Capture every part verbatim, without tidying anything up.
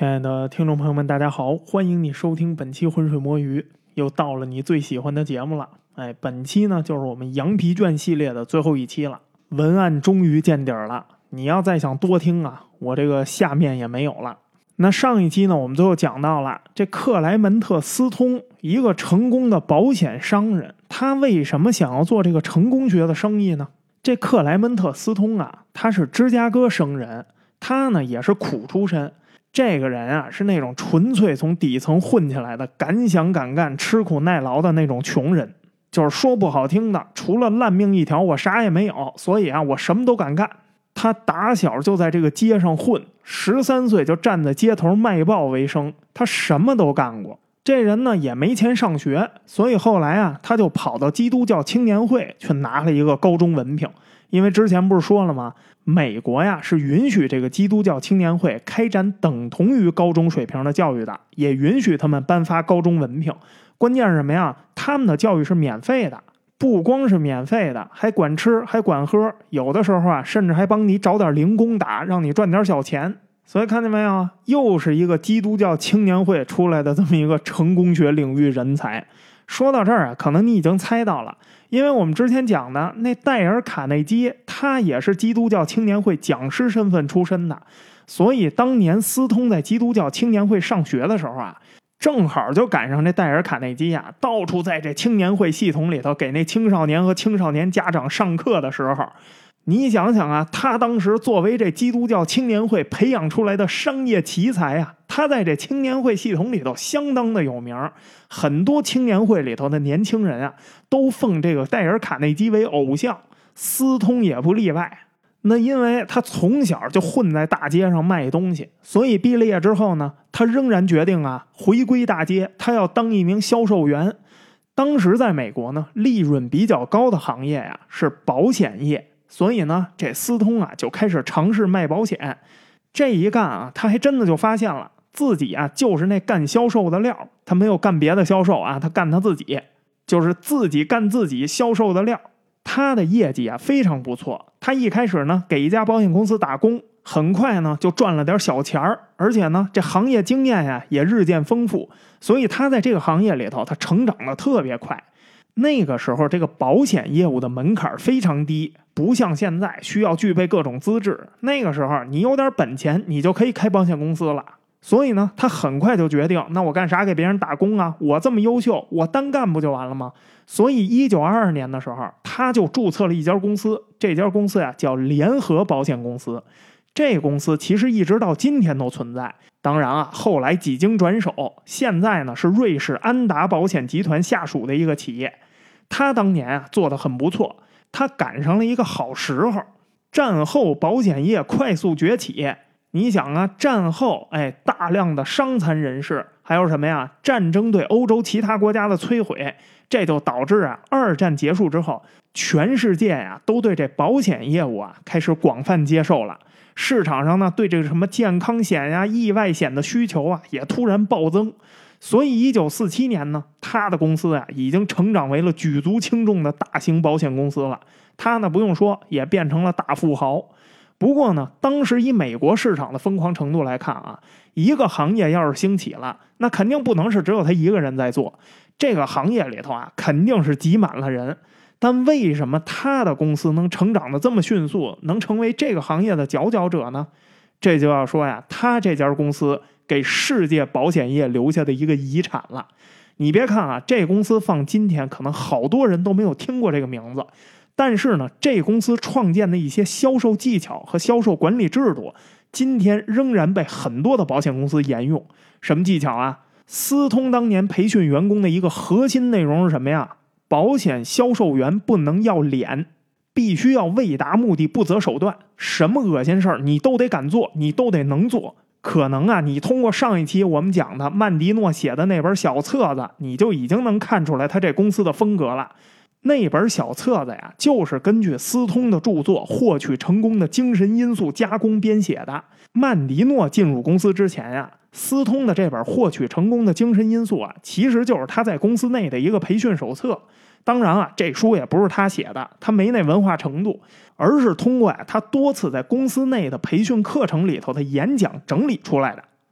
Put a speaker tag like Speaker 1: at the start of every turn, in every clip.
Speaker 1: 亲爱的听众朋友们，大家好，欢迎你收听本期浑水摸鱼，又到了你最喜欢的节目了。哎，本期呢就是我们羊皮卷系列的最后一期了，文案终于见底儿了。你要再想多听啊，我这个下面也没有了。那上一期呢，我们最后讲到了这克莱门特·斯通，一个成功的保险商人，他为什么想要做这个成功学的生意呢？这克莱门特·斯通啊，他是芝加哥生人，他呢也是苦出身。这个人啊，是那种纯粹从底层混起来的，敢想敢干、吃苦耐劳的那种穷人。就是说不好听的，除了烂命一条，我啥也没有，所以啊，我什么都敢干。他打小就在这个街上混，十三岁就站在街头卖报为生，他什么都干过。这人呢也没钱上学，所以后来啊，他就跑到基督教青年会去拿了一个高中文凭。因为之前不是说了吗？美国呀是允许这个基督教青年会开展等同于高中水平的教育的，也允许他们颁发高中文凭。关键是什么呀？他们的教育是免费的，不光是免费的，还管吃还管喝，有的时候啊，甚至还帮你找点零工打，让你赚点小钱。所以看见没有，又是一个基督教青年会出来的这么一个成功学领域人才。说到这儿啊，可能你已经猜到了，因为我们之前讲的那戴尔·卡内基，他也是基督教青年会讲师身份出身的，所以当年斯通在基督教青年会上学的时候啊，正好就赶上这戴尔·卡内基啊，到处在这青年会系统里头给那青少年和青少年家长上课的时候。你想想啊，他当时作为这基督教青年会培养出来的商业奇才啊，他在这青年会系统里头相当的有名，很多青年会里头的年轻人啊，都奉这个戴尔·卡内基为偶像，斯通也不例外。那因为他从小就混在大街上卖东西，所以毕了业之后呢，他仍然决定啊，回归大街，他要当一名销售员。当时在美国呢，利润比较高的行业呀，是保险业。所以呢，这斯通啊就开始尝试卖保险。这一干啊，他还真的就发现了自己啊就是那干销售的料。他没有干别的销售啊，他干他自己，就是自己干自己销售的料。他的业绩啊非常不错。他一开始呢给一家保险公司打工，很快呢就赚了点小钱儿，而且呢这行业经验呀也日渐丰富，所以他在这个行业里头他成长的特别快。那个时候这个保险业务的门槛非常低，不像现在需要具备各种资质。那个时候你有点本钱，你就可以开保险公司了。所以呢，他很快就决定，那我干啥给别人打工啊？我这么优秀，我单干不就完了吗？所以一九二二年的时候，他就注册了一家公司，这家公司呀叫联合保险公司。这公司其实一直到今天都存在。当然啊，后来几经转手，现在呢是瑞士安达保险集团下属的一个企业。他当年啊做得很不错，他赶上了一个好时候，战后保险业快速崛起。你想啊，战后哎大量的伤残人士，还有什么呀？战争对欧洲其他国家的摧毁，这就导致啊，二战结束之后，全世界呀都对这保险业务啊开始广泛接受了。市场上呢，对这个什么健康险呀、意外险的需求啊，也突然暴增。所以一九四七年呢，他的公司啊，已经成长为了举足轻重的大型保险公司了。他呢，不用说，也变成了大富豪。不过呢，当时以美国市场的疯狂程度来看啊，一个行业要是兴起了，那肯定不能是只有他一个人在做。这个行业里头啊，肯定是挤满了人。但为什么他的公司能成长得这么迅速，能成为这个行业的佼佼者呢？这就要说呀，他这家公司给世界保险业留下的一个遗产了。你别看啊，这公司放今天可能好多人都没有听过这个名字，但是呢，这公司创建的一些销售技巧和销售管理制度，今天仍然被很多的保险公司沿用。什么技巧啊？斯通当年培训员工的一个核心内容是什么呀？保险销售员不能要脸，必须要为达目的不择手段，什么恶心事儿你都得敢做，你都得能做。可能啊，你通过上一期我们讲的曼迪诺写的那本小册子，你就已经能看出来他这公司的风格了。那本小册子呀，就是根据斯通的著作《获取成功的精神因素》加工编写的。曼迪诺进入公司之前呀，斯通的这本《获取成功的精神因素》啊，其实就是他在公司内的一个培训手册。当然啊，这书也不是他写的，他没那文化程度，而是通过呀他多次在公司内的培训课程里头的演讲整理出来的。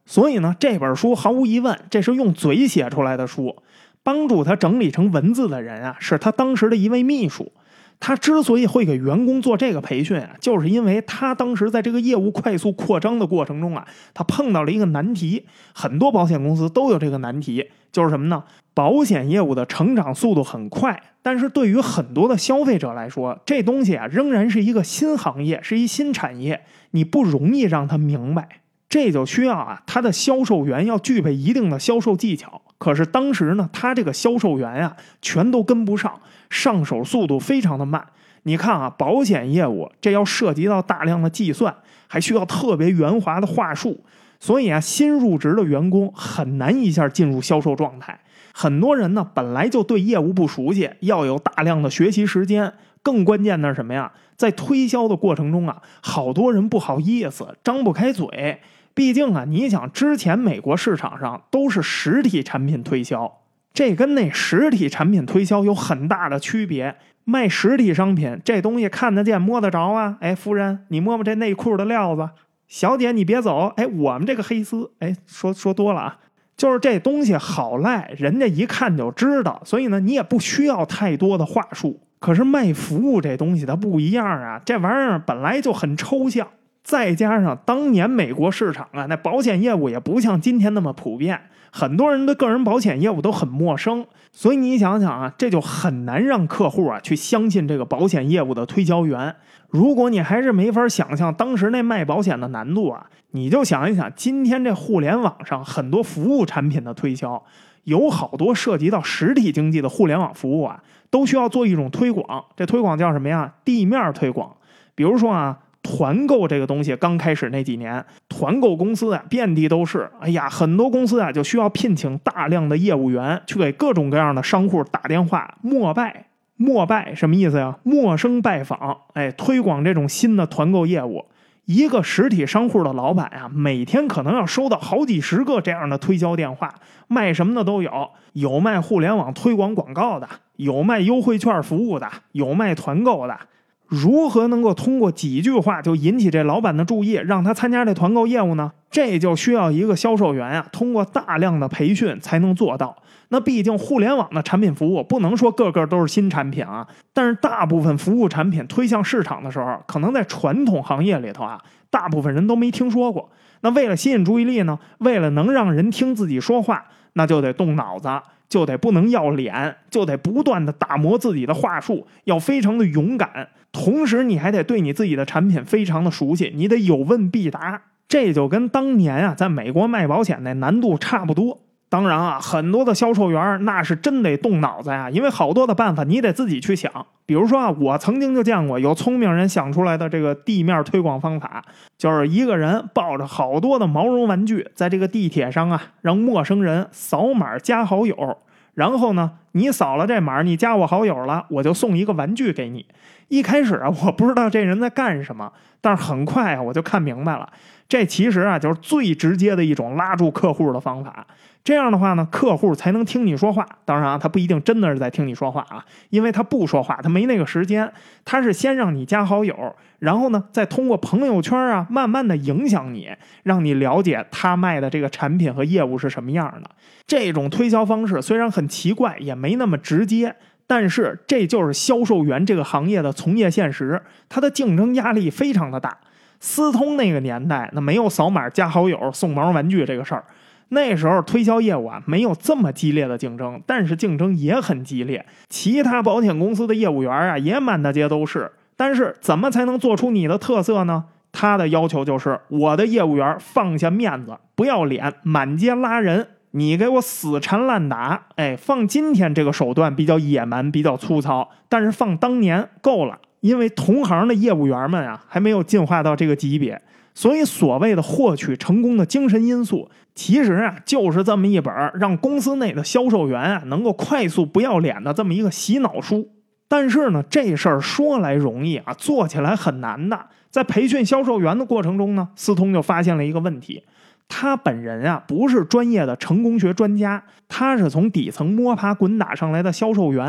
Speaker 1: 所以呢，这本书毫无疑问，这是用嘴写出来的书。帮助他整理成文字的人啊，是他当时的一位秘书。他之所以会给员工做这个培训啊，就是因为他当时在这个业务快速扩张的过程中啊，他碰到了一个难题。很多保险公司都有这个难题，就是什么呢？保险业务的成长速度很快，但是对于很多的消费者来说，这东西啊仍然是一个新行业，是一新产业，你不容易让他明白。这就需要啊，他的销售员要具备一定的销售技巧。可是当时呢，他这个销售员啊，全都跟不上，上手速度非常的慢。你看啊，保险业务这要涉及到大量的计算，还需要特别圆滑的话术，所以啊，新入职的员工很难一下进入销售状态。很多人呢，本来就对业务不熟悉，要有大量的学习时间。更关键的是什么呀？在推销的过程中啊，好多人不好意思，张不开嘴。毕竟啊，你想之前美国市场上都是实体产品推销，这跟那实体产品推销有很大的区别。卖实体商品，这东西看得见摸得着啊。哎，夫人，你摸摸这内裤的料子。小姐，你别走。哎，我们这个黑丝，哎，说说多了啊。就是这东西好赖，人家一看就知道，所以呢，你也不需要太多的话术。可是卖服务这东西它不一样啊，这玩意儿本来就很抽象。再加上当年美国市场啊，那保险业务也不像今天那么普遍，很多人的个人保险业务都很陌生，所以你想想啊，这就很难让客户啊去相信这个保险业务的推销员。如果你还是没法想象当时那卖保险的难度啊，你就想一想今天这互联网上很多服务产品的推销，有好多涉及到实体经济的互联网服务啊，都需要做一种推广。这推广叫什么呀？地面推广。比如说啊，团购这个东西刚开始那几年，团购公司啊遍地都是。哎呀，很多公司啊就需要聘请大量的业务员去给各种各样的商户打电话陌拜。陌拜什么意思呀？陌生拜访。哎，推广这种新的团购业务。一个实体商户的老板啊，每天可能要收到好几十个这样的推销电话，卖什么的都有，有卖互联网推广广告的，有卖优惠券服务的，有卖团购的。如何能够通过几句话就引起这老板的注意，让他参加这团购业务呢？这就需要一个销售员啊，通过大量的培训才能做到。那毕竟互联网的产品服务不能说个个都是新产品啊，但是大部分服务产品推向市场的时候，可能在传统行业里头啊，大部分人都没听说过。那为了吸引注意力呢，为了能让人听自己说话，那就得动脑子，就得不能要脸，就得不断的打磨自己的话术，要非常的勇敢。同时你还得对你自己的产品非常的熟悉，你得有问必答。这就跟当年啊在美国卖保险那难度差不多。当然啊，很多的销售员那是真得动脑子呀，因为好多的办法你得自己去想。比如说啊，我曾经就见过有聪明人想出来的这个地面推广方法，就是一个人抱着好多的毛绒玩具，在这个地铁上啊，让陌生人扫码加好友。然后呢，你扫了这码，你加我好友了，我就送一个玩具给你。一开始啊，我不知道这人在干什么，但是很快啊，我就看明白了，这其实啊就是最直接的一种拉住客户的方法。这样的话呢，客户才能听你说话。当然啊，他不一定真的是在听你说话啊，因为他不说话，他没那个时间。他是先让你加好友，然后呢，再通过朋友圈啊，慢慢的影响你，让你了解他卖的这个产品和业务是什么样的。这种推销方式虽然很奇怪，也没那么直接，但是这就是销售员这个行业的从业现实，它的竞争压力非常的大。思通那个年代，那没有扫码加好友送毛玩具这个事儿。那时候推销业务啊没有这么激烈的竞争，但是竞争也很激烈，其他保险公司的业务员啊也满大街都是。但是怎么才能做出你的特色呢？他的要求就是我的业务员放下面子，不要脸，满街拉人，你给我死缠烂打。哎，放今天这个手段比较野蛮，比较粗糙，但是放当年够了，因为同行的业务员们啊还没有进化到这个级别。所以所谓的获取成功的精神因素，其实啊就是这么一本让公司内的销售员啊能够快速不要脸的这么一个洗脑书。但是呢，这事儿说来容易啊，做起来很难的。在培训销售员的过程中呢，思通就发现了一个问题，他本人啊不是专业的成功学专家，他是从底层摸爬滚打上来的销售员。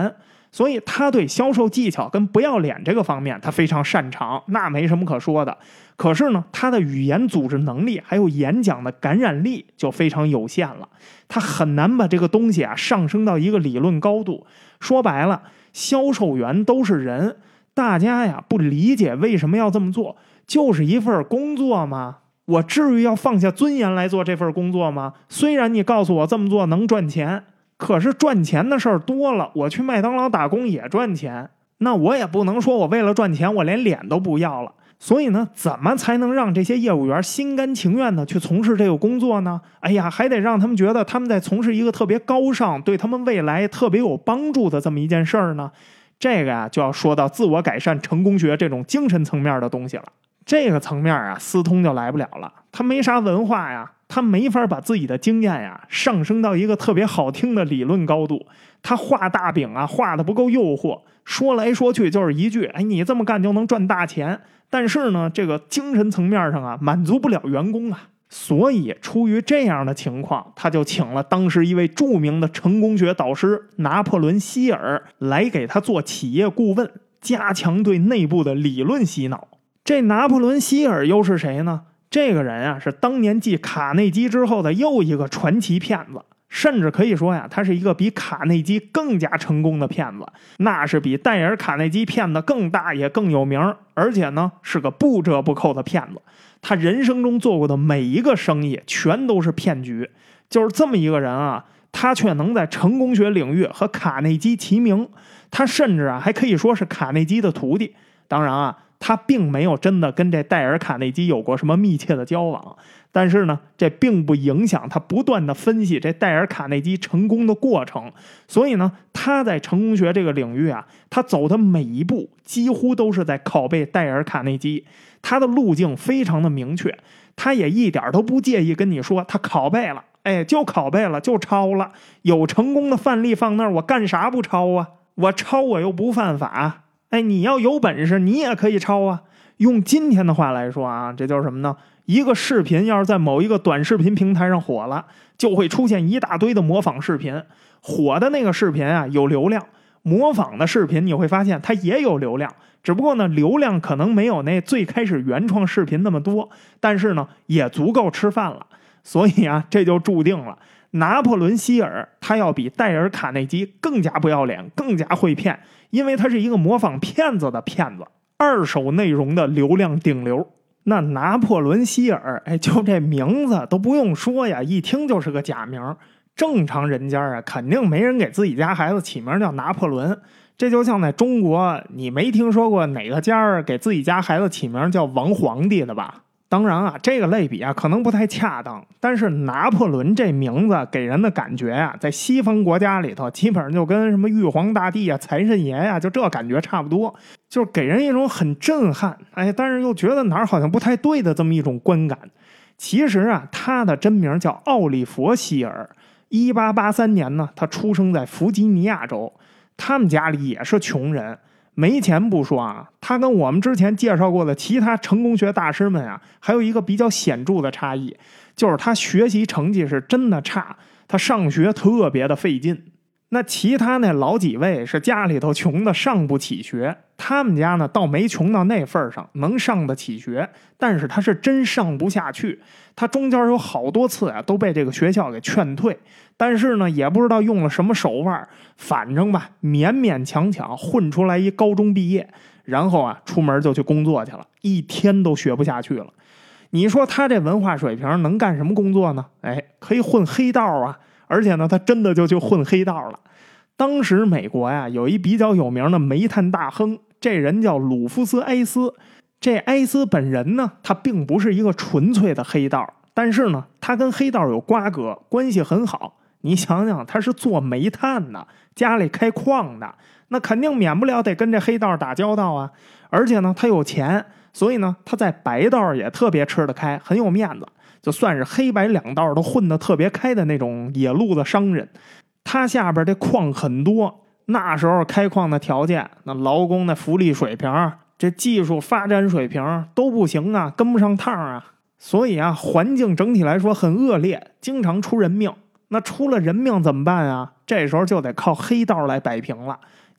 Speaker 1: 所以他对销售技巧跟不要脸这个方面他非常擅长，那没什么可说的。可是呢，他的语言组织能力还有演讲的感染力就非常有限了，他很难把这个东西啊上升到一个理论高度。说白了，销售员都是人，大家呀不理解为什么要这么做，就是一份工作吗？我至于要放下尊严来做这份工作吗？虽然你告诉我这么做能赚钱，可是赚钱的事儿多了，我去麦当劳打工也赚钱，那我也不能说我为了赚钱我连脸都不要了。所以呢，怎么才能让这些业务员心甘情愿的去从事这个工作呢？哎呀，还得让他们觉得他们在从事一个特别高尚，对他们未来特别有帮助的这么一件事儿呢？这个啊，就要说到自我改善成功学这种精神层面的东西了。这个层面啊，思通就来不了了，他没啥文化呀，他没法把自己的经验呀上升到一个特别好听的理论高度，他画大饼啊画的不够诱惑，说来说去就是一句，哎，你这么干就能赚大钱。但是呢，这个精神层面上啊，满足不了员工啊。所以出于这样的情况，他就请了当时一位著名的成功学导师拿破仑·希尔来给他做企业顾问，加强对内部的理论洗脑。这拿破仑·希尔又是谁呢？这个人啊，是当年继卡内基之后的又一个传奇骗子，甚至可以说呀，他是一个比卡内基更加成功的骗子，那是比戴尔·卡内基骗得更大也更有名，而且呢是个不折不扣的骗子。他人生中做过的每一个生意全都是骗局，就是这么一个人啊，他却能在成功学领域和卡内基齐名，他甚至啊还可以说是卡内基的徒弟。当然啊，他并没有真的跟这戴尔·卡内基有过什么密切的交往，但是呢，这并不影响他不断的分析这戴尔·卡内基成功的过程。所以呢，他在成功学这个领域啊，他走的每一步几乎都是在拷贝戴尔·卡内基，他的路径非常的明确，他也一点都不介意跟你说他拷贝了，哎，就拷贝了，就抄了，有成功的范例放那儿，我干啥不抄啊？我抄我又不犯法。哎，你要有本事，你也可以抄啊。用今天的话来说啊，这就是什么呢？一个视频要是在某一个短视频平台上火了，就会出现一大堆的模仿视频。火的那个视频啊有流量，模仿的视频你会发现它也有流量，只不过呢流量可能没有那最开始原创视频那么多，但是呢也足够吃饭了。所以啊，这就注定了拿破仑·希尔他要比戴尔·卡内基更加不要脸，更加会骗，因为他是一个模仿骗子的骗子，二手内容的流量顶流。那拿破仑·希尔，哎，就这名字都不用说呀，一听就是个假名。正常人家啊，肯定没人给自己家孩子起名叫拿破仑。这就像在中国，你没听说过哪个家给自己家孩子起名叫王皇帝的吧？当然啊，这个类比啊可能不太恰当，但是拿破仑这名字给人的感觉啊，在西方国家里头基本上就跟什么玉皇大帝啊、财神爷啊，就这感觉差不多，就是给人一种很震撼，哎，但是又觉得哪儿好像不太对的这么一种观感。其实啊，他的真名叫奥利弗·希尔，一八八三年呢，他出生在弗吉尼亚州，他们家里也是穷人。没钱不说啊，他跟我们之前介绍过的其他成功学大师们啊，还有一个比较显著的差异，就是他学习成绩是真的差，他上学特别的费劲。那其他那老几位是家里头穷的上不起学，他们家呢倒没穷到那份上，能上得起学，但是他是真上不下去。他中间有好多次啊都被这个学校给劝退，但是呢也不知道用了什么手腕，反正吧勉勉强强混出来一高中毕业，然后啊出门就去工作去了，一天都学不下去了。你说他这文化水平能干什么工作呢？哎，可以混黑道啊，而且呢他真的就去混黑道了。当时美国呀有一比较有名的煤炭大亨，这人叫鲁夫斯·埃斯。这埃斯本人呢，他并不是一个纯粹的黑道，但是呢他跟黑道有瓜葛，关系很好。你想想，他是做煤炭的，家里开矿的，那肯定免不了得跟这黑道打交道啊。而且呢他有钱，所以呢他在白道也特别吃得开，很有面子，就算是黑白两道都混得特别开的那种野路子商人。他下边这矿很多，那时候开矿的条件，那劳工的福利水平，这技术发展水平都不行啊，跟不上趟啊。所以啊，环境整体来说很恶劣，经常出人命。那出了人命怎么办啊？这时候就得靠黑道来摆平了。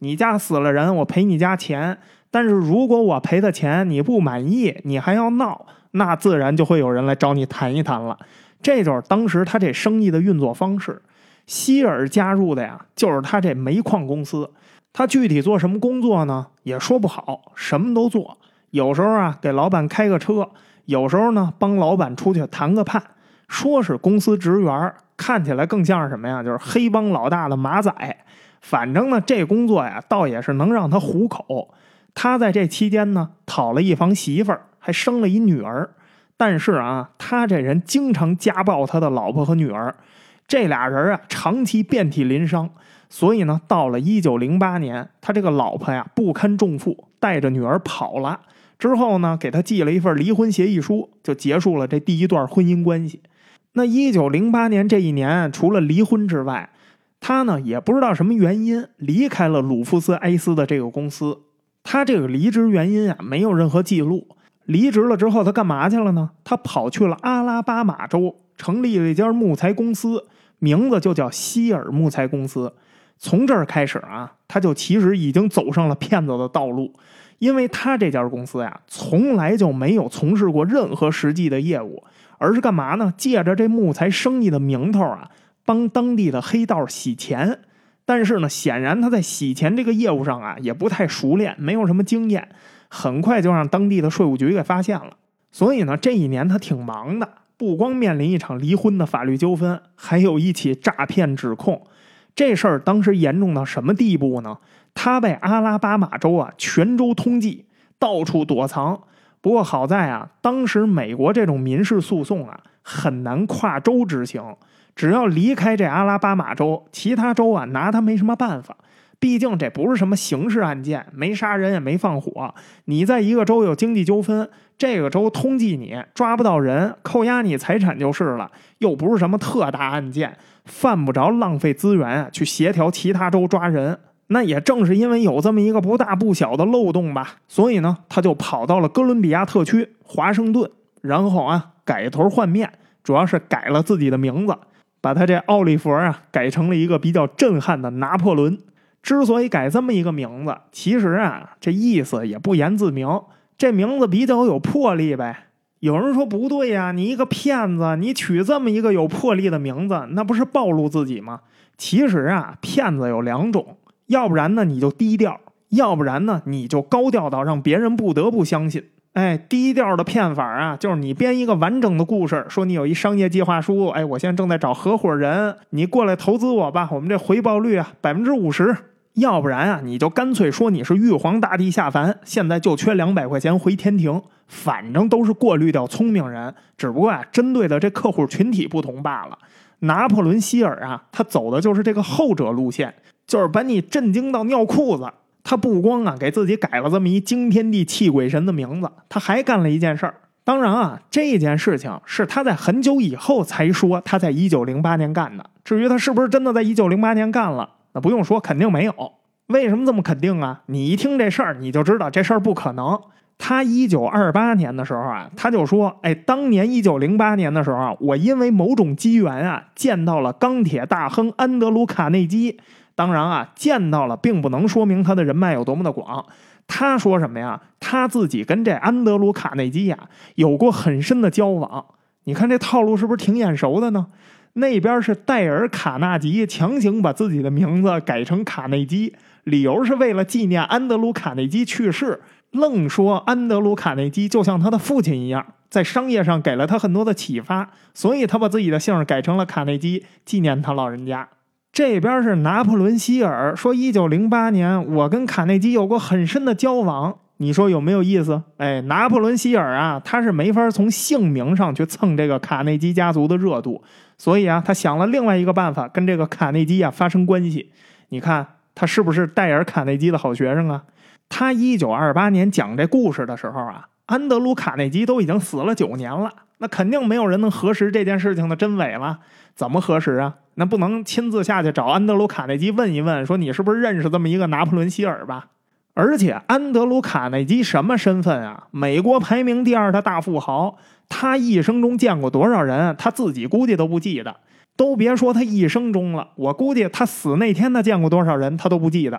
Speaker 1: 你家死了人，我赔你家钱，但是如果我赔的钱你不满意，你还要闹，那自然就会有人来找你谈一谈了。这就是当时他这生意的运作方式。希尔加入的呀，就是他这煤矿公司。他具体做什么工作呢？也说不好，什么都做。有时候啊，给老板开个车；有时候呢，帮老板出去谈个判。说是公司职员，看起来更像是什么呀？就是黑帮老大的马仔。反正呢，这工作呀，倒也是能让他糊口。他在这期间呢，讨了一房媳妇儿，还生了一女儿。但是啊，他这人经常家暴他的老婆和女儿。这俩人啊，长期遍体鳞伤，所以呢，到了一九零八年，他这个老婆呀不堪重负，带着女儿跑了。之后呢，给他寄了一份离婚协议书，就结束了这第一段婚姻关系。那一九零八年这一年，除了离婚之外，他呢也不知道什么原因离开了鲁夫斯埃斯的这个公司。他这个离职原因啊，没有任何记录。离职了之后，他干嘛去了呢？他跑去了阿拉巴马州，成立了一家木材公司。名字就叫希尔木材公司。从这儿开始啊，他就其实已经走上了骗子的道路，因为他这家公司呀，从来就没有从事过任何实际的业务，而是干嘛呢？借着这木材生意的名头啊，帮当地的黑道洗钱。但是呢，显然他在洗钱这个业务上啊，也不太熟练，没有什么经验，很快就让当地的税务局给发现了。所以呢，这一年他挺忙的。不光面临一场离婚的法律纠纷，还有一起诈骗指控。这事儿当时严重到什么地步呢？他被阿拉巴马州啊全州通缉，到处躲藏。不过好在啊，当时美国这种民事诉讼啊很难跨州执行，只要离开这阿拉巴马州，其他州啊拿他没什么办法。毕竟这不是什么刑事案件，没杀人也没放火，你在一个州有经济纠纷，这个州通缉你，抓不到人，扣押你财产就是了，又不是什么特大案件，犯不着浪费资源啊去协调其他州抓人。那也正是因为有这么一个不大不小的漏洞吧，所以呢，他就跑到了哥伦比亚特区华盛顿，然后啊改头换面，主要是改了自己的名字，把他这奥利弗啊改成了一个比较震撼的拿破仑。之所以改这么一个名字，其实啊这意思也不言自明，这名字比较有魄力呗。有人说不对呀、啊，你一个骗子，你取这么一个有魄力的名字，那不是暴露自己吗？其实啊，骗子有两种，要不然呢你就低调，要不然呢你就高调到让别人不得不相信。哎，低调的骗法啊，就是你编一个完整的故事，说你有一商业计划书，哎，我现在正在找合伙人，你过来投资我吧，我们这回报率啊百分之五十。要不然啊，你就干脆说你是玉皇大帝下凡，现在就缺两百块钱回天庭，反正都是过滤掉聪明人，只不过啊，针对的这客户群体不同罢了。拿破仑希尔啊，他走的就是这个后者路线，就是把你震惊到尿裤子。他不光啊给自己改了这么一惊天地泣鬼神的名字，他还干了一件事儿。当然啊，这件事情是他在很久以后才说他在一九零八年干的。至于他是不是真的在一九零八年干了，那不用说，肯定没有。为什么这么肯定啊？你一听这事儿，你就知道这事儿不可能。他一九二八年的时候啊，他就说，哎，当年一九零八年的时候啊，我因为某种机缘啊，见到了钢铁大亨安德鲁卡内基。当然啊，见到了并不能说明他的人脉有多么的广。他说什么呀？他自己跟这安德鲁卡内基呀、啊、有过很深的交往。你看这套路是不是挺眼熟的呢？那边是戴尔卡纳吉强行把自己的名字改成卡内基，理由是为了纪念安德鲁卡内基去世，愣说安德鲁卡内基就像他的父亲一样，在商业上给了他很多的启发，所以他把自己的姓改成了卡内基，纪念他老人家。这边是拿破仑希尔说一九零八年我跟卡内基有过很深的交往，你说有没有意思？哎，拿破仑希尔啊，他是没法从姓名上去蹭这个卡内基家族的热度，所以啊，他想了另外一个办法跟这个卡内基啊发生关系。你看他是不是戴尔卡内基的好学生啊？他一九二八年讲这故事的时候啊，安德鲁卡内基都已经死了九年了，那肯定没有人能核实这件事情的真伪了。怎么核实啊？那不能亲自下去找安德鲁卡内基问一问，说你是不是认识这么一个拿破仑希尔吧？而且安德鲁卡内基什么身份啊？美国排名第二的大富豪，他一生中见过多少人，他自己估计都不记得。都别说他一生中了，我估计他死那天他见过多少人他都不记得。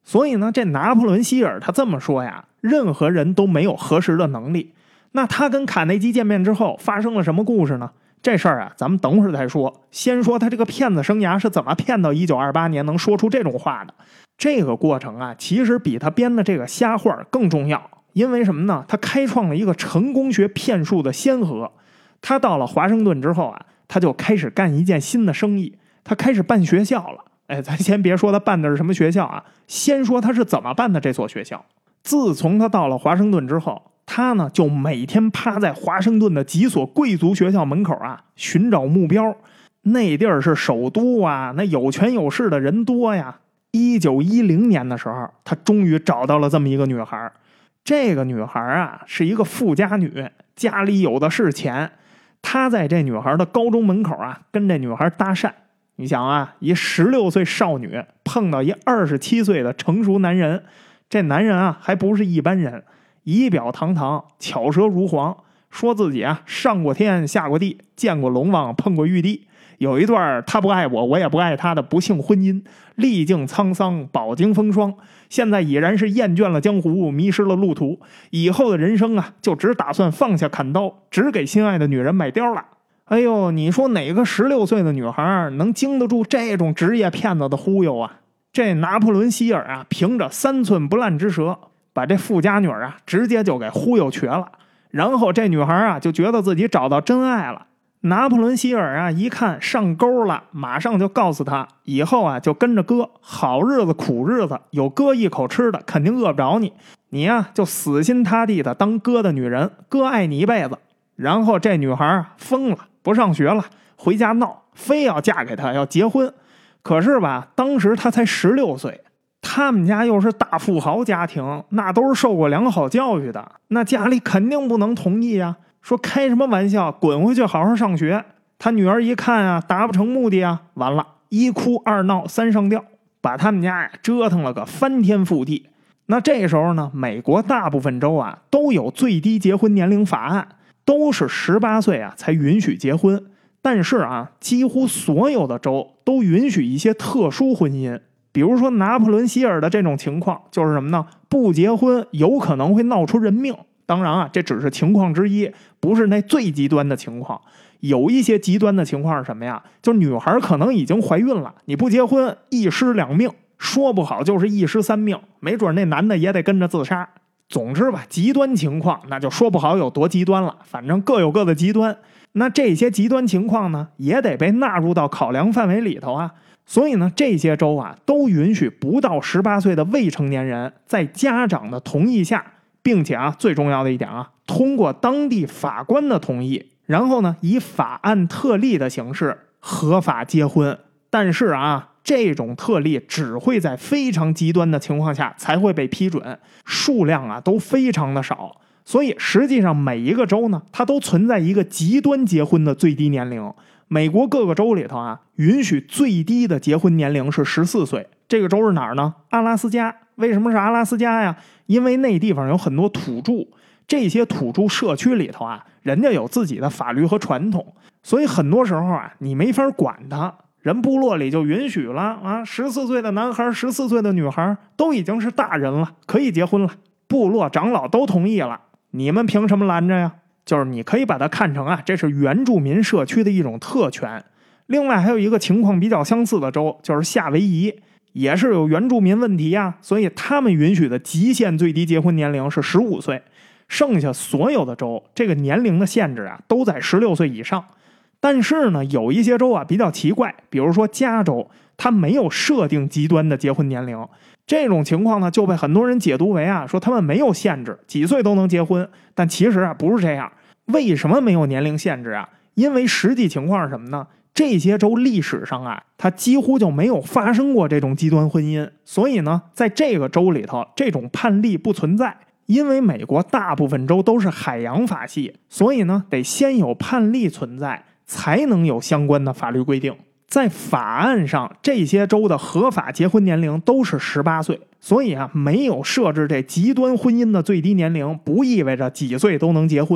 Speaker 1: 所以呢，这拿破仑希尔他这么说呀，任何人都没有核实的能力。那他跟卡内基见面之后发生了什么故事呢？这事儿啊，咱们等会儿再说。先说他这个骗子生涯是怎么骗到一九二八年能说出这种话的。这个过程啊，其实比他编的这个瞎话更重要。因为什么呢？他开创了一个成功学骗术的先河。他到了华盛顿之后啊，他就开始干一件新的生意，他开始办学校了。哎，咱先别说他办的是什么学校啊，先说他是怎么办的这所学校。自从他到了华盛顿之后，他呢就每天趴在华盛顿的几所贵族学校门口啊寻找目标。那地儿是首都啊，那有权有势的人多呀。一九一零年的时候，他终于找到了这么一个女孩。这个女孩啊是一个富家女，家里有的是钱。他在这女孩的高中门口啊跟这女孩搭讪。你想啊，一十六岁少女碰到一二十七岁的成熟男人，这男人啊还不是一般人，仪表堂堂，巧舌如簧，说自己啊上过天下过地，见过龙王碰过玉帝，有一段他不爱我我也不爱他的不幸婚姻，历尽沧桑饱经风霜，现在已然是厌倦了江湖，迷失了路途，以后的人生啊就只打算放下砍刀，只给心爱的女人买貂了。哎呦，你说哪个十六岁的女孩能经得住这种职业骗子的忽悠啊？这拿破仑希尔啊，凭着三寸不烂之舌，把这富家女啊直接就给忽悠瘸了。然后这女孩啊就觉得自己找到真爱了。拿破仑希尔啊一看上钩了，马上就告诉他，以后啊就跟着哥，好日子苦日子，有哥一口吃的，肯定饿不着你。你呀、啊、就死心塌地的当哥的女人，哥爱你一辈子。然后这女孩疯了，不上学了，回家闹，非要嫁给他，要结婚。可是吧，当时他才十六岁，他们家又是大富豪家庭，那都是受过良好教育的，那家里肯定不能同意啊。说开什么玩笑，滚回去好好上学。他女儿一看啊，达不成目的啊，完了，一哭二闹三上吊，把他们家呀折腾了个翻天覆地。那这时候呢，美国大部分州啊都有最低结婚年龄法案，都是十八岁啊才允许结婚。但是啊，几乎所有的州都允许一些特殊婚姻，比如说拿破仑希尔的这种情况，就是什么呢？不结婚有可能会闹出人命。当然啊，这只是情况之一，不是那最极端的情况。有一些极端的情况是什么呀？就是女孩可能已经怀孕了，你不结婚，一尸两命，说不好就是一尸三命，没准那男的也得跟着自杀。总之吧，极端情况那就说不好有多极端了，反正各有各的极端。那这些极端情况呢，也得被纳入到考量范围里头啊。所以呢，这些州啊都允许不到十八岁的未成年人在家长的同意下，并且啊，最重要的一点啊，通过当地法官的同意，然后呢，以法案特例的形式合法结婚。但是啊，这种特例只会在非常极端的情况下才会被批准，数量啊都非常的少。所以实际上每一个州呢，它都存在一个极端结婚的最低年龄。美国各个州里头啊，允许最低的结婚年龄是十四岁。这个州是哪儿呢？阿拉斯加。为什么是阿拉斯加呀？因为那地方有很多土著，这些土著社区里头啊，人家有自己的法律和传统，所以很多时候啊，你没法管他。人部落里就允许了啊，十四岁的男孩、十四岁的女孩都已经是大人了，可以结婚了，部落长老都同意了，你们凭什么拦着呀？就是你可以把它看成啊，这是原住民社区的一种特权。另外还有一个情况比较相似的州，就是夏威夷，也是有原住民问题啊，所以他们允许的极限最低结婚年龄是十五岁，剩下所有的州这个年龄的限制啊都在十六岁以上。但是呢，有一些州啊比较奇怪，比如说加州，它没有设定极端的结婚年龄。这种情况呢就被很多人解读为啊，说他们没有限制，几岁都能结婚。但其实啊不是这样。为什么没有年龄限制啊？因为实际情况是什么呢？这些州历史上啊，它几乎就没有发生过这种极端婚姻，所以呢，在这个州里头，这种判例不存在。因为美国大部分州都是海洋法系，所以呢，得先有判例存在，才能有相关的法律规定。在法案上，这些州的合法结婚年龄都是十八岁，所以啊，没有设置这极端婚姻的最低年龄，不意味着几岁都能结婚。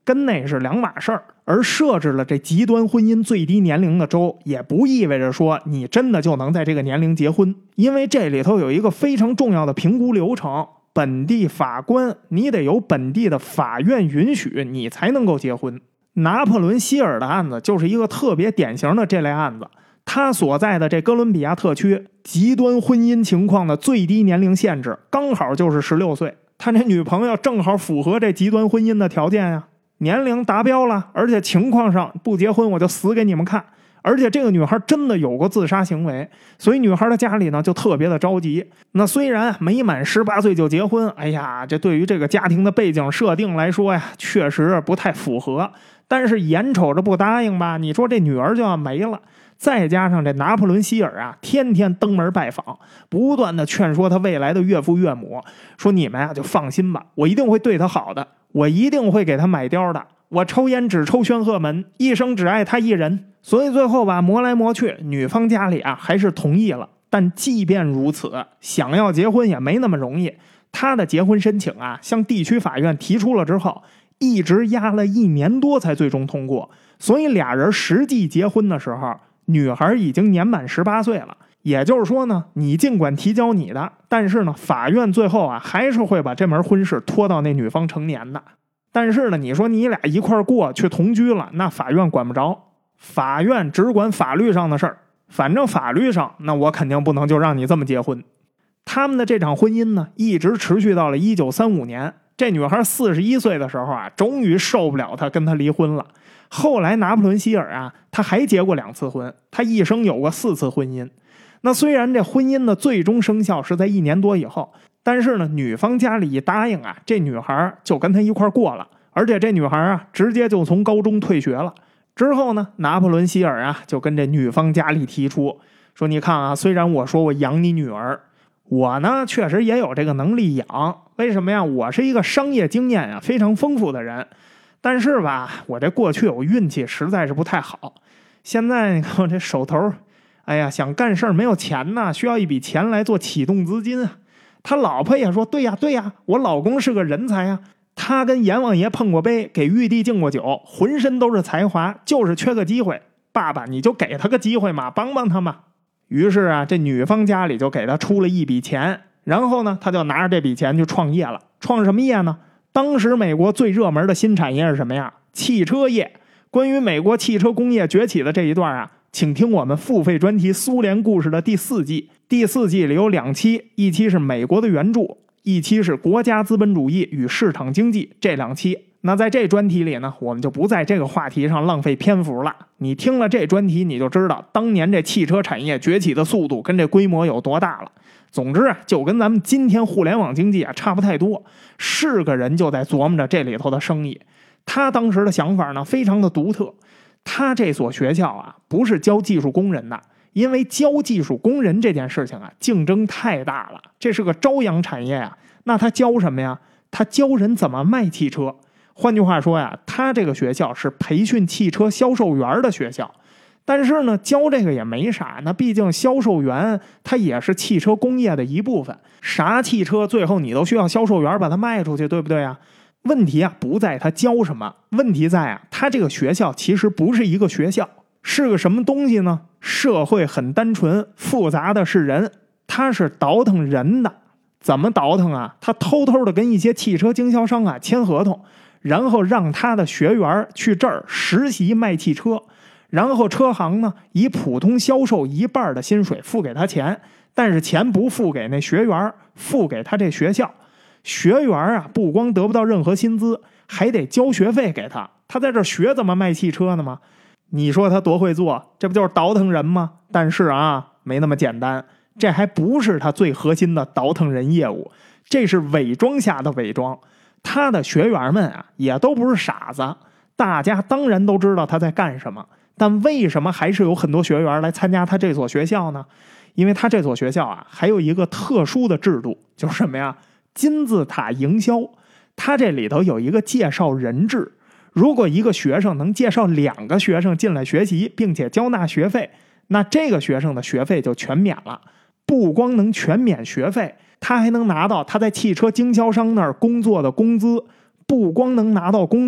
Speaker 1: 跟那是两码事儿。而设置了这极端婚姻最低年龄的州，也不意味着说你真的就能在这个年龄结婚，因为这里头有一个非常重要的评估流程，本地法官你得由本地的法院允许你才能够结婚。拿破仑希尔的案子就是一个特别典型的这类案子，他所在的这哥伦比亚特区极端婚姻情况的最低年龄限制刚好就是十六岁，他这女朋友正好符合这极端婚姻的条件呀，年龄达标了，而且情况上不结婚我就死给你们看。而且这个女孩真的有过自杀行为，所以女孩的家里呢就特别的着急。那虽然没满十八岁就结婚，哎呀，这对于这个家庭的背景设定来说呀，确实不太符合。但是眼瞅着不答应吧，你说这女儿就要没了。再加上这拿破仑希尔啊，天天登门拜访，不断的劝说他未来的岳父岳母，说你们啊就放心吧，我一定会对他好的，我一定会给他买貂的，我抽烟只抽宣赫门，一生只爱他一人。所以最后吧，磨来磨去，女方家里啊还是同意了。但即便如此，想要结婚也没那么容易。他的结婚申请啊，向地区法院提出了之后，一直压了一年多才最终通过。所以俩人实际结婚的时候，女孩已经年满十八岁了。也就是说呢，你尽管提交你的，但是呢，法院最后啊还是会把这门婚事拖到那女方成年的。但是呢，你说你俩一块过去同居了，那法院管不着，法院只管法律上的事儿。反正法律上，那我肯定不能就让你这么结婚。他们的这场婚姻呢，一直持续到了一九三五年。这女孩四十一岁的时候啊，终于受不了他，跟他离婚了。后来拿破仑希尔啊，他还结过两次婚，他一生有过四次婚姻。那虽然这婚姻的最终生效是在一年多以后，但是呢，女方家里一答应啊，这女孩就跟他一块过了。而且这女孩啊，直接就从高中退学了。之后呢，拿破仑希尔啊，就跟这女方家里提出说，你看啊，虽然我说我养你女儿，我呢确实也有这个能力养，为什么呀？我是一个商业经验啊非常丰富的人，但是吧，我这过去我运气实在是不太好。现在你看我这手头，哎呀，想干事没有钱呢，需要一笔钱来做启动资金啊。他老婆也说，对呀对呀，我老公是个人才呀。他跟阎王爷碰过杯，给玉帝敬过酒，浑身都是才华，就是缺个机会。爸爸，你就给他个机会嘛，帮帮他嘛。于是啊，这女方家里就给他出了一笔钱，然后呢，他就拿着这笔钱去创业了。创什么业呢？当时美国最热门的新产业是什么呀？汽车业。关于美国汽车工业崛起的这一段啊，请听我们付费专题《苏联故事》的第四季。第四季里有两期，一期是美国的援助，一期是国家资本主义与市场经济，这两期。那在这专题里呢，我们就不在这个话题上浪费篇幅了。你听了这专题，你就知道当年这汽车产业崛起的速度跟这规模有多大了。总之啊，就跟咱们今天互联网经济啊差不太多，是个人就在琢磨着这里头的生意。他当时的想法呢，非常的独特。他这所学校啊，不是教技术工人的，因为教技术工人这件事情啊，竞争太大了，这是个朝阳产业啊。那他教什么呀？他教人怎么卖汽车。换句话说呀，他这个学校是培训汽车销售员的学校。但是呢，教这个也没啥，那毕竟销售员他也是汽车工业的一部分，啥汽车最后你都需要销售员把它卖出去，对不对啊？问题啊不在他教什么，问题在啊他这个学校其实不是一个学校，是个什么东西呢？社会很单纯，复杂的是人，他是倒腾人的。怎么倒腾啊？他偷偷的跟一些汽车经销商啊签合同，然后让他的学员去这儿实习卖汽车，然后车行呢以普通销售一半的薪水付给他钱，但是钱不付给那学员，付给他这学校。学员啊不光得不到任何薪资，还得交学费给他，他在这学怎么卖汽车呢吗？你说他多会做，这不就是倒腾人吗？但是啊没那么简单，这还不是他最核心的倒腾人业务，这是伪装下的伪装。他的学员们啊也都不是傻子，大家当然都知道他在干什么，但为什么还是有很多学员来参加他这所学校呢？因为他这所学校啊还有一个特殊的制度，就是什么呀？金字塔营销。他这里头有一个介绍人制，如果一个学生能介绍两个学生进来学习，并且交纳学费，那这个学生的学费就全免了。不光能全免学费，他还能拿到他在汽车经销商那儿工作的工资。不光能拿到工资，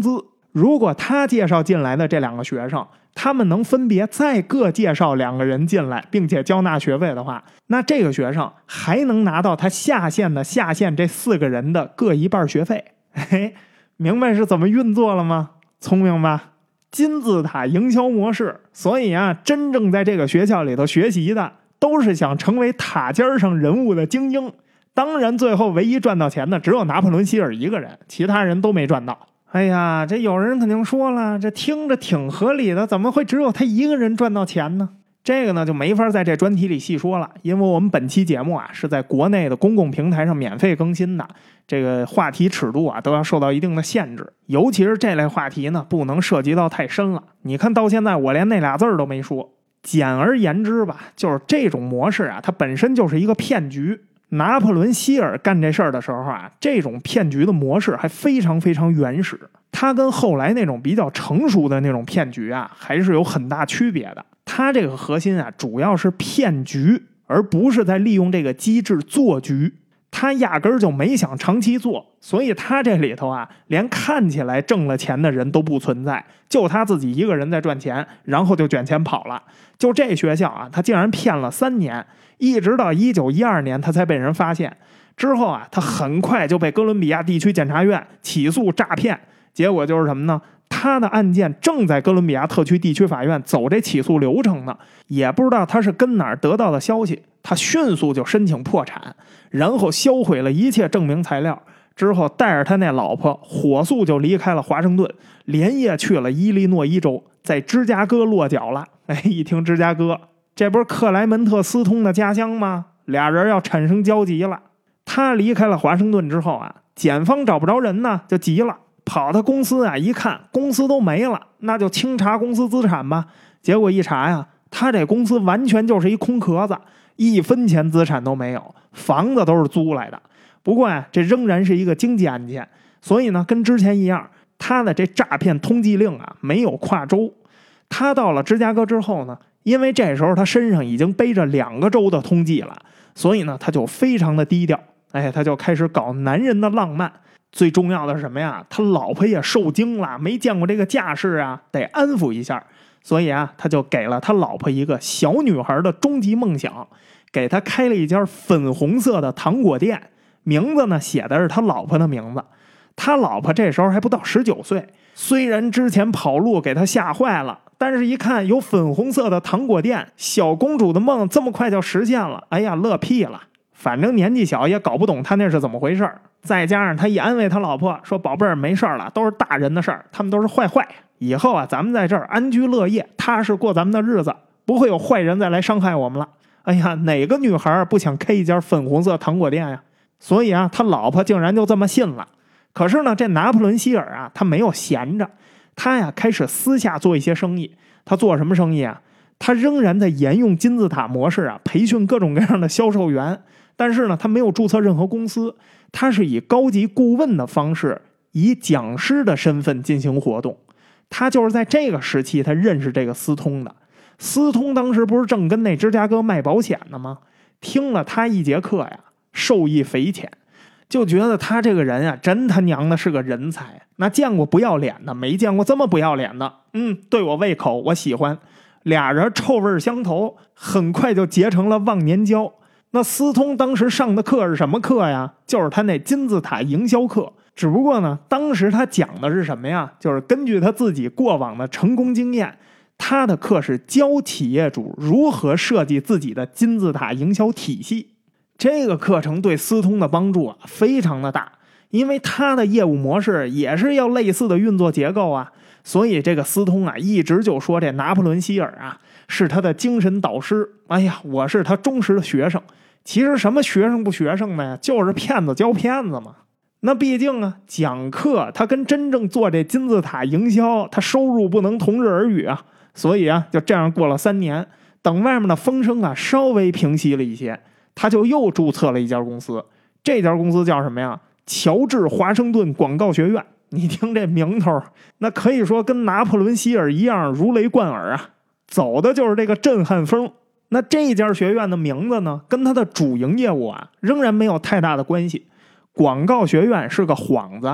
Speaker 1: 如果他介绍进来的这两个学生，他们能分别再各介绍两个人进来，并且交纳学费的话，那这个学生还能拿到他下线的下线这四个人的各一半学费。嘿，明白是怎么运作了吗？聪明吧？金字塔营销模式。所以啊，真正在这个学校里头学习的，都是想成为塔尖上人物的精英。当然，最后唯一赚到钱的只有拿破仑希尔一个人，其他人都没赚到。哎呀，这有人肯定说了，这听着挺合理的，怎么会只有他一个人赚到钱呢？这个呢就没法在这专题里细说了，因为我们本期节目啊是在国内的公共平台上免费更新的，这个话题尺度啊都要受到一定的限制，尤其是这类话题呢不能涉及到太深了。你看到现在我连那俩字儿都没说。简而言之吧，就是这种模式啊，它本身就是一个骗局。拿破仑希尔干这事儿的时候啊，这种骗局的模式还非常非常原始，它跟后来那种比较成熟的那种骗局啊，还是有很大区别的。它这个核心啊，主要是骗局，而不是在利用这个机制做局。他压根儿就没想长期做，所以他这里头啊，连看起来挣了钱的人都不存在，就他自己一个人在赚钱，然后就卷钱跑了。就这学校啊，他竟然骗了三年，一直到一九一二年他才被人发现。之后啊，他很快就被哥伦比亚地区检察院起诉诈骗。结果就是什么呢？他的案件正在哥伦比亚特区地区法院走这起诉流程呢，也不知道他是跟哪儿得到的消息，他迅速就申请破产，然后销毁了一切证明材料，之后带着他那老婆火速就离开了华盛顿，连夜去了伊利诺伊州，在芝加哥落脚了。哎，一听芝加哥，这不是克莱门特斯通的家乡吗？俩人要产生交集了。他离开了华盛顿之后啊，检方找不着人呢，就急了。跑他公司啊，一看公司都没了，那就清查公司资产吧。结果一查呀，他这公司完全就是一空壳子，一分钱资产都没有，房子都是租来的。不过呀，这仍然是一个经济案件，所以呢，跟之前一样，他的这诈骗通缉令啊没有跨州。他到了芝加哥之后呢，因为这时候他身上已经背着两个州的通缉了，所以呢，他就非常的低调。哎，他就开始搞男人的浪漫。最重要的是什么呀？他老婆也受惊了，没见过这个架势啊，得安抚一下。所以啊，他就给了他老婆一个小女孩的终极梦想，给他开了一家粉红色的糖果店，名字呢写的是他老婆的名字。他老婆这时候还不到十九岁，虽然之前跑路给他吓坏了，但是一看有粉红色的糖果店，小公主的梦这么快就实现了，哎呀，乐屁了。反正年纪小也搞不懂他那是怎么回事，再加上他一安慰他老婆说，宝贝儿没事了，都是大人的事儿，他们都是坏坏，以后啊咱们在这儿安居乐业，踏实过咱们的日子，不会有坏人再来伤害我们了。哎呀，哪个女孩不想开一家粉红色糖果店呀？所以啊，他老婆竟然就这么信了。可是呢，这拿破仑希尔啊，他没有闲着，他呀开始私下做一些生意。他做什么生意啊？他仍然在沿用金字塔模式啊，培训各种各样的销售员。但是呢，他没有注册任何公司，他是以高级顾问的方式，以讲师的身份进行活动。他就是在这个时期，他认识这个斯通的。斯通当时不是正跟那芝加哥卖保险呢吗？听了他一节课呀，受益匪浅，就觉得他这个人啊，真他娘的是个人才。那见过不要脸的，没见过这么不要脸的。嗯，对我胃口，我喜欢。俩人臭味相投，很快就结成了忘年交。那斯通当时上的课是什么课呀？就是他那金字塔营销课。只不过呢，当时他讲的是什么呀？就是根据他自己过往的成功经验，他的课是教企业主如何设计自己的金字塔营销体系。这个课程对斯通的帮助啊非常的大，因为他的业务模式也是要类似的运作结构啊。所以这个斯通啊一直就说这拿破仑希尔啊是他的精神导师。哎呀，我是他忠实的学生。其实什么学生不学生的呀，就是骗子教骗子嘛。那毕竟啊，讲课他跟真正做这金字塔营销，他收入不能同日而语啊。所以啊，就这样过了三年，等外面的风声啊稍微平息了一些，他就又注册了一家公司。这家公司叫什么呀？乔治华盛顿广告学院。你听这名头，那可以说跟拿破仑希尔一样如雷贯耳啊，走的就是这个震撼风。那这家学院的名字呢，跟它的主营业务啊，仍然没有太大的关系。广告学院是个幌子，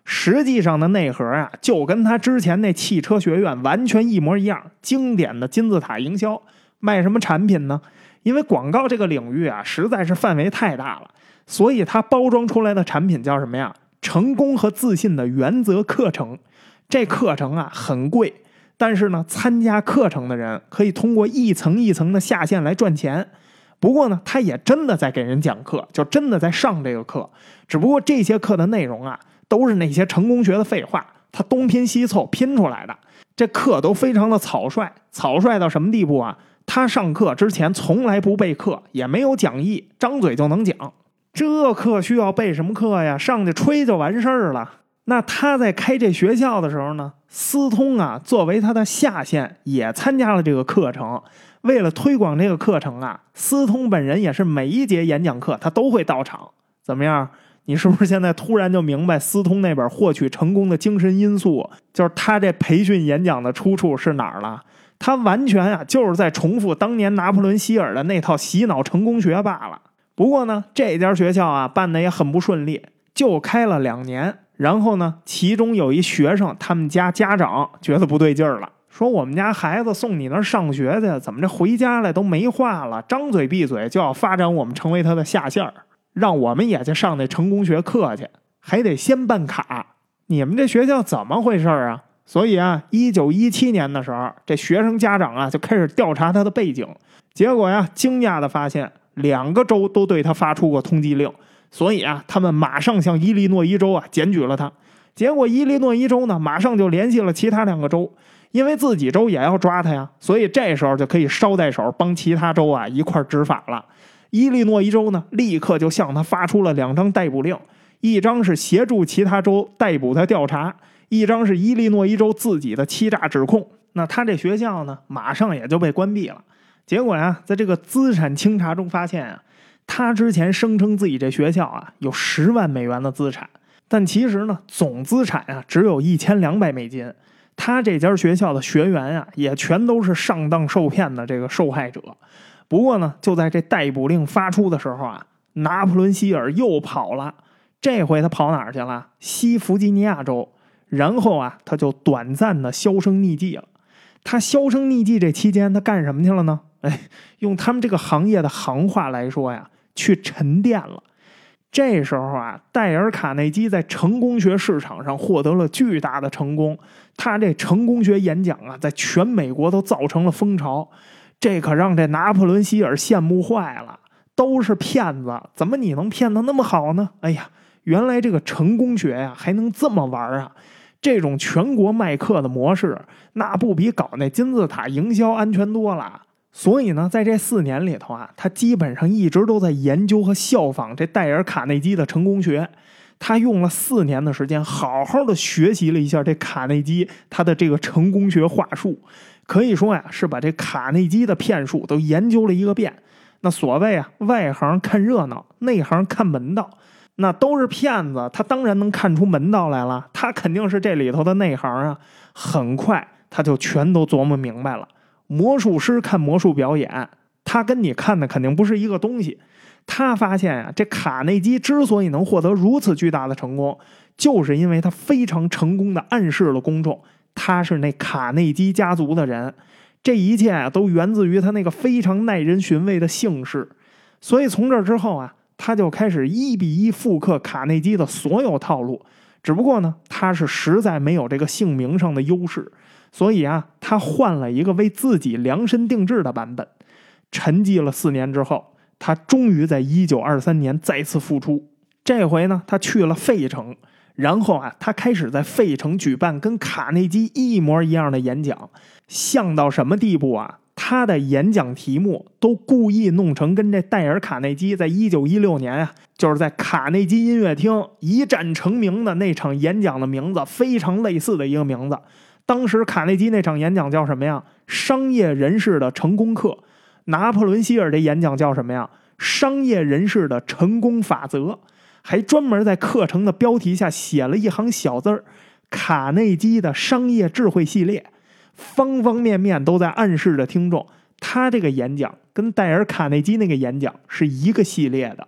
Speaker 1: 实际上的内核啊，就跟他之前那汽车学院完全一模一样，经典的金字塔营销。卖什么产品呢？因为广告这个领域啊，实在是范围太大了，所以它包装出来的产品叫什么呀？成功和自信的原则课程。这课程啊很贵，但是呢，参加课程的人可以通过一层一层的下线来赚钱。不过呢，他也真的在给人讲课，就真的在上这个课。只不过这些课的内容啊，都是那些成功学的废话，他东拼西凑拼出来的。这课都非常的草率，草率到什么地步啊？他上课之前从来不备课，也没有讲义，张嘴就能讲。这课需要备什么课呀？上去吹就完事儿了。那他在开这学校的时候呢，思通啊作为他的下线也参加了这个课程。为了推广这个课程啊，思通本人也是每一节演讲课他都会到场。怎么样？你是不是现在突然就明白思通那本获取成功的精神因素，就是他这培训演讲的出处是哪儿了？他完全啊就是在重复当年拿破仑希尔的那套洗脑成功学罢了。不过呢，这家学校啊办得也很不顺利，就开了两年。然后呢，其中有一学生，他们家家长觉得不对劲儿了，说我们家孩子送你那儿上学去，怎么这回家来都没话了，张嘴闭嘴就要发展我们成为他的下线儿，让我们也去上那成功学课去，还得先办卡。你们这学校怎么回事啊？所以啊，一九一七年的时候，这学生家长啊就开始调查他的背景。结果呀，惊讶的发现两个州都对他发出过通缉令，所以啊，他们马上向伊利诺伊州啊检举了他。结果伊利诺伊州呢，马上就联系了其他两个州，因为自己州也要抓他呀，所以这时候就可以捎带手帮其他州啊一块执法了。伊利诺伊州呢，立刻就向他发出了两张逮捕令，一张是协助其他州逮捕他调查，一张是伊利诺伊州自己的欺诈指控。那他这学校呢，马上也就被关闭了。结果呀，在这个资产清查中发现啊，他之前声称自己这学校啊有十万美元的资产，但其实呢，总资产啊只有一千两百美金。他这家学校的学员啊，也全都是上当受骗的这个受害者。不过呢，就在这逮捕令发出的时候啊，拿破仑希尔又跑了。这回他跑哪儿去了？西弗吉尼亚州。然后啊，他就短暂的销声匿迹了。他销声匿迹这期间，他干什么去了呢？哎，用他们这个行业的行话来说呀，去沉淀了。这时候啊，戴尔·卡内基在成功学市场上获得了巨大的成功。他这成功学演讲啊，在全美国都造成了风潮。这可让这拿破仑希尔羡慕坏了，都是骗子，怎么你能骗得那么好呢？哎呀，原来这个成功学呀还能这么玩啊！这种全国卖课的模式，那不比搞那金字塔营销安全多了。所以呢，在这四年里头啊，他基本上一直都在研究和效仿这戴尔·卡内基的成功学。他用了四年的时间，好好的学习了一下这卡内基他的这个成功学话术。可以说呀，是把这卡内基的骗术都研究了一个遍。那所谓啊，外行看热闹，内行看门道。那都是骗子，他当然能看出门道来了，他肯定是这里头的内行啊。很快他就全都琢磨明白了。魔术师看魔术表演，他跟你看的肯定不是一个东西。他发现啊，这卡内基之所以能获得如此巨大的成功，就是因为他非常成功的暗示了公众他是那卡内基家族的人。这一切啊，都源自于他那个非常耐人寻味的姓氏。所以从这之后啊，他就开始一比一复刻卡内基的所有套路。只不过呢，他是实在没有这个姓名上的优势，所以啊，他换了一个为自己量身定制的版本。沉寂了四年之后，他终于在一九二三年再次复出。这回呢，他去了费城，然后啊，他开始在费城举办跟卡内基一模一样的演讲。像到什么地步啊？他的演讲题目都故意弄成跟这戴尔·卡内基在一九一六年啊，就是在卡内基音乐厅一战成名的那场演讲的名字非常类似的一个名字。当时卡内基那场演讲叫什么呀？商业人士的成功课。拿破仑希尔这演讲叫什么呀？商业人士的成功法则。还专门在课程的标题下写了一行小字儿：卡内基的商业智慧系列。方方面面都在暗示着听众，他这个演讲跟戴尔·卡内基那个演讲是一个系列的。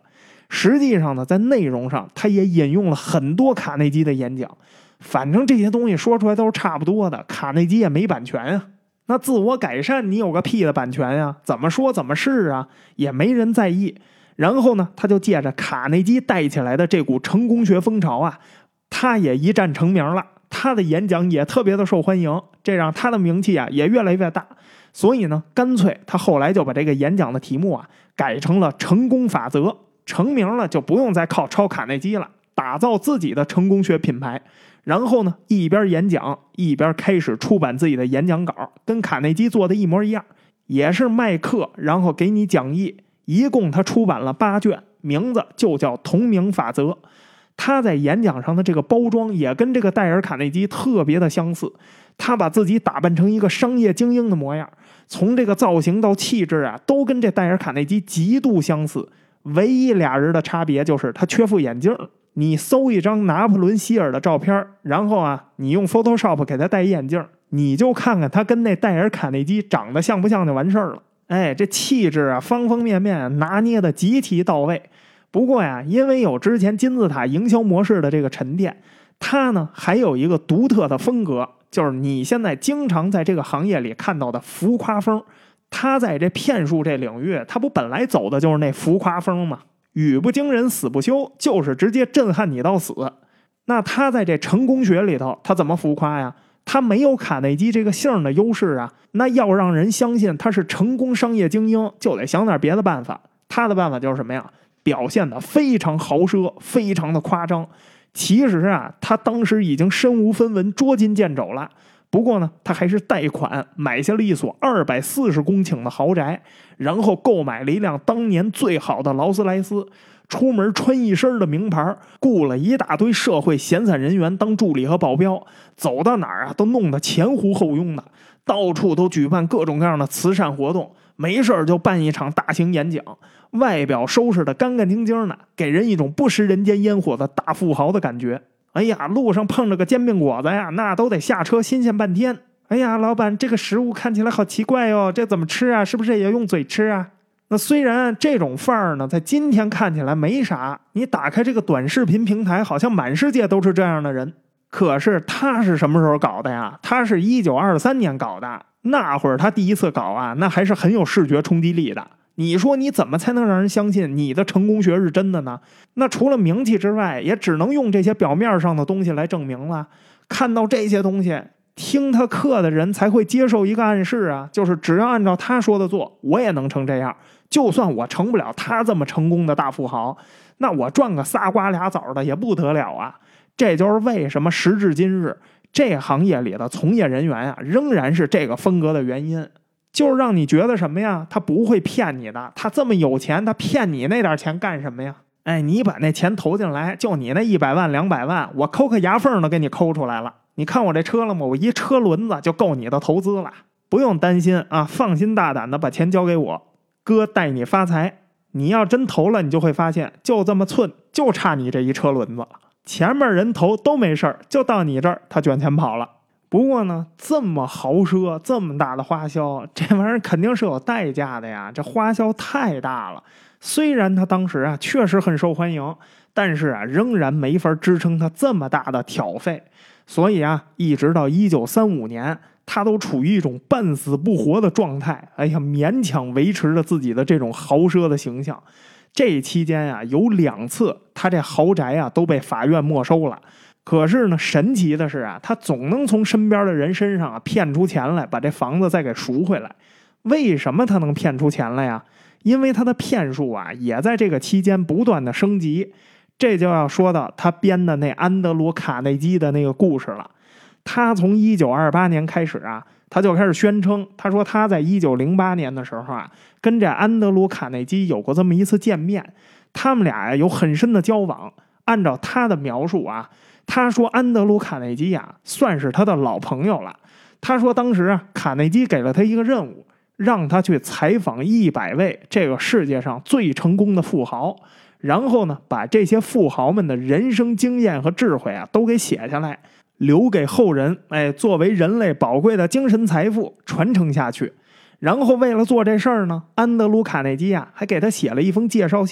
Speaker 1: 实际上呢，在内容上他也引用了很多卡内基的演讲，反正这些东西说出来都是差不多的，卡内基也没版权啊。那自我改善你有个屁的版权呀，怎么说怎么是啊，也没人在意。然后呢，他就借着卡内基带起来的这股成功学风潮啊，他也一战成名了，他的演讲也特别的受欢迎，这让他的名气啊也越来越大。所以呢，干脆他后来就把这个演讲的题目啊改成了成功法则，成名了就不用再靠抄卡内基了，打造自己的成功学品牌。然后呢，一边演讲一边开始出版自己的演讲稿，跟卡内基做的一模一样，也是卖课然后给你讲义。一共他出版了八卷，名字就叫同名法则。他在演讲上的这个包装也跟这个戴尔·卡内基特别的相似，他把自己打扮成一个商业精英的模样，从这个造型到气质啊，都跟这戴尔·卡内基极度相似。唯一俩人的差别就是他缺副眼镜。你搜一张拿破仑希尔的照片，然后啊，你用 Photoshop 给他戴眼镜，你就看看他跟那戴尔·卡内基长得像不像就完事儿了。哎，这气质啊，方方面面拿捏的极其到位。不过呀，因为有之前金字塔营销模式的这个沉淀，它呢还有一个独特的风格，就是你现在经常在这个行业里看到的浮夸风。他在这骗术这领域，他不本来走的就是那浮夸风吗？语不惊人死不休，就是直接震撼你到死。那他在这成功学里头，他怎么浮夸呀？他没有卡内基这个姓的优势啊，那要让人相信他是成功商业精英，就得想点别的办法。他的办法就是什么呀？表现得非常豪奢，非常的夸张。其实啊，他当时已经身无分文，捉襟见肘了。不过呢，他还是贷款买下了一所二百四十公顷的豪宅，然后购买了一辆当年最好的劳斯莱斯，出门穿一身的名牌，雇了一大堆社会闲散人员当助理和保镖，走到哪儿啊都弄得前呼后拥的，到处都举办各种各样的慈善活动，没事就办一场大型演讲，外表收拾得干干净净的，给人一种不食人间烟火的大富豪的感觉。哎呀，路上碰着个煎饼果子呀，那都得下车新鲜半天。哎呀，老板，这个食物看起来好奇怪哦，这怎么吃啊？是不是也用嘴吃啊？那虽然这种范儿呢，在今天看起来没啥，你打开这个短视频平台，好像满世界都是这样的人。可是他是什么时候搞的呀？他是一九二三年搞的，那会儿他第一次搞啊，那还是很有视觉冲击力的。你说你怎么才能让人相信你的成功学是真的呢？那除了名气之外，也只能用这些表面上的东西来证明了。看到这些东西，听他课的人才会接受一个暗示啊，就是只要按照他说的做，我也能成这样。就算我成不了他这么成功的大富豪，那我赚个仨瓜俩枣的也不得了啊。这就是为什么时至今日，这行业里的从业人员啊，仍然是这个风格的原因。就是让你觉得什么呀？他不会骗你的，他这么有钱，他骗你那点钱干什么呀？哎，你把那钱投进来，就你那一百万两百万，我抠个牙缝都给你抠出来了。你看我这车了吗？我一车轮子就够你的投资了，不用担心啊，放心大胆的把钱交给我，哥带你发财。你要真投了，你就会发现，就这么寸，就差你这一车轮子了。前面人投都没事儿，就到你这儿，他卷钱跑了。不过呢，这么豪奢，这么大的花销，这玩意儿肯定是有代价的呀。这花销太大了，虽然他当时啊确实很受欢迎，但是啊仍然没法支撑他这么大的挑费。所以啊，一直到一九三五年，他都处于一种半死不活的状态。哎呀，勉强维持着自己的这种豪奢的形象。这期间啊，有两次他这豪宅啊都被法院没收了。可是呢，神奇的是啊，他总能从身边的人身上啊骗出钱来，把这房子再给赎回来。为什么他能骗出钱来呀？因为他的骗术啊，也在这个期间不断的升级。这就要说到他编的那安德鲁·卡内基的那个故事了。他从一九二八年开始啊，他就开始宣称，他说他在一九零八年的时候啊，跟这安德鲁·卡内基有过这么一次见面，他们俩呀有很深的交往。按照他的描述啊，他说安德鲁·卡内基啊算是他的老朋友了。他说当时啊，卡内基给了他一个任务，让他去采访一百位这个世界上最成功的富豪，然后呢，把这些富豪们的人生经验和智慧啊都给写下来，留给后人，哎，作为人类宝贵的精神财富传承下去。然后为了做这事儿呢，安德鲁·卡内基啊还给他写了一封介绍信，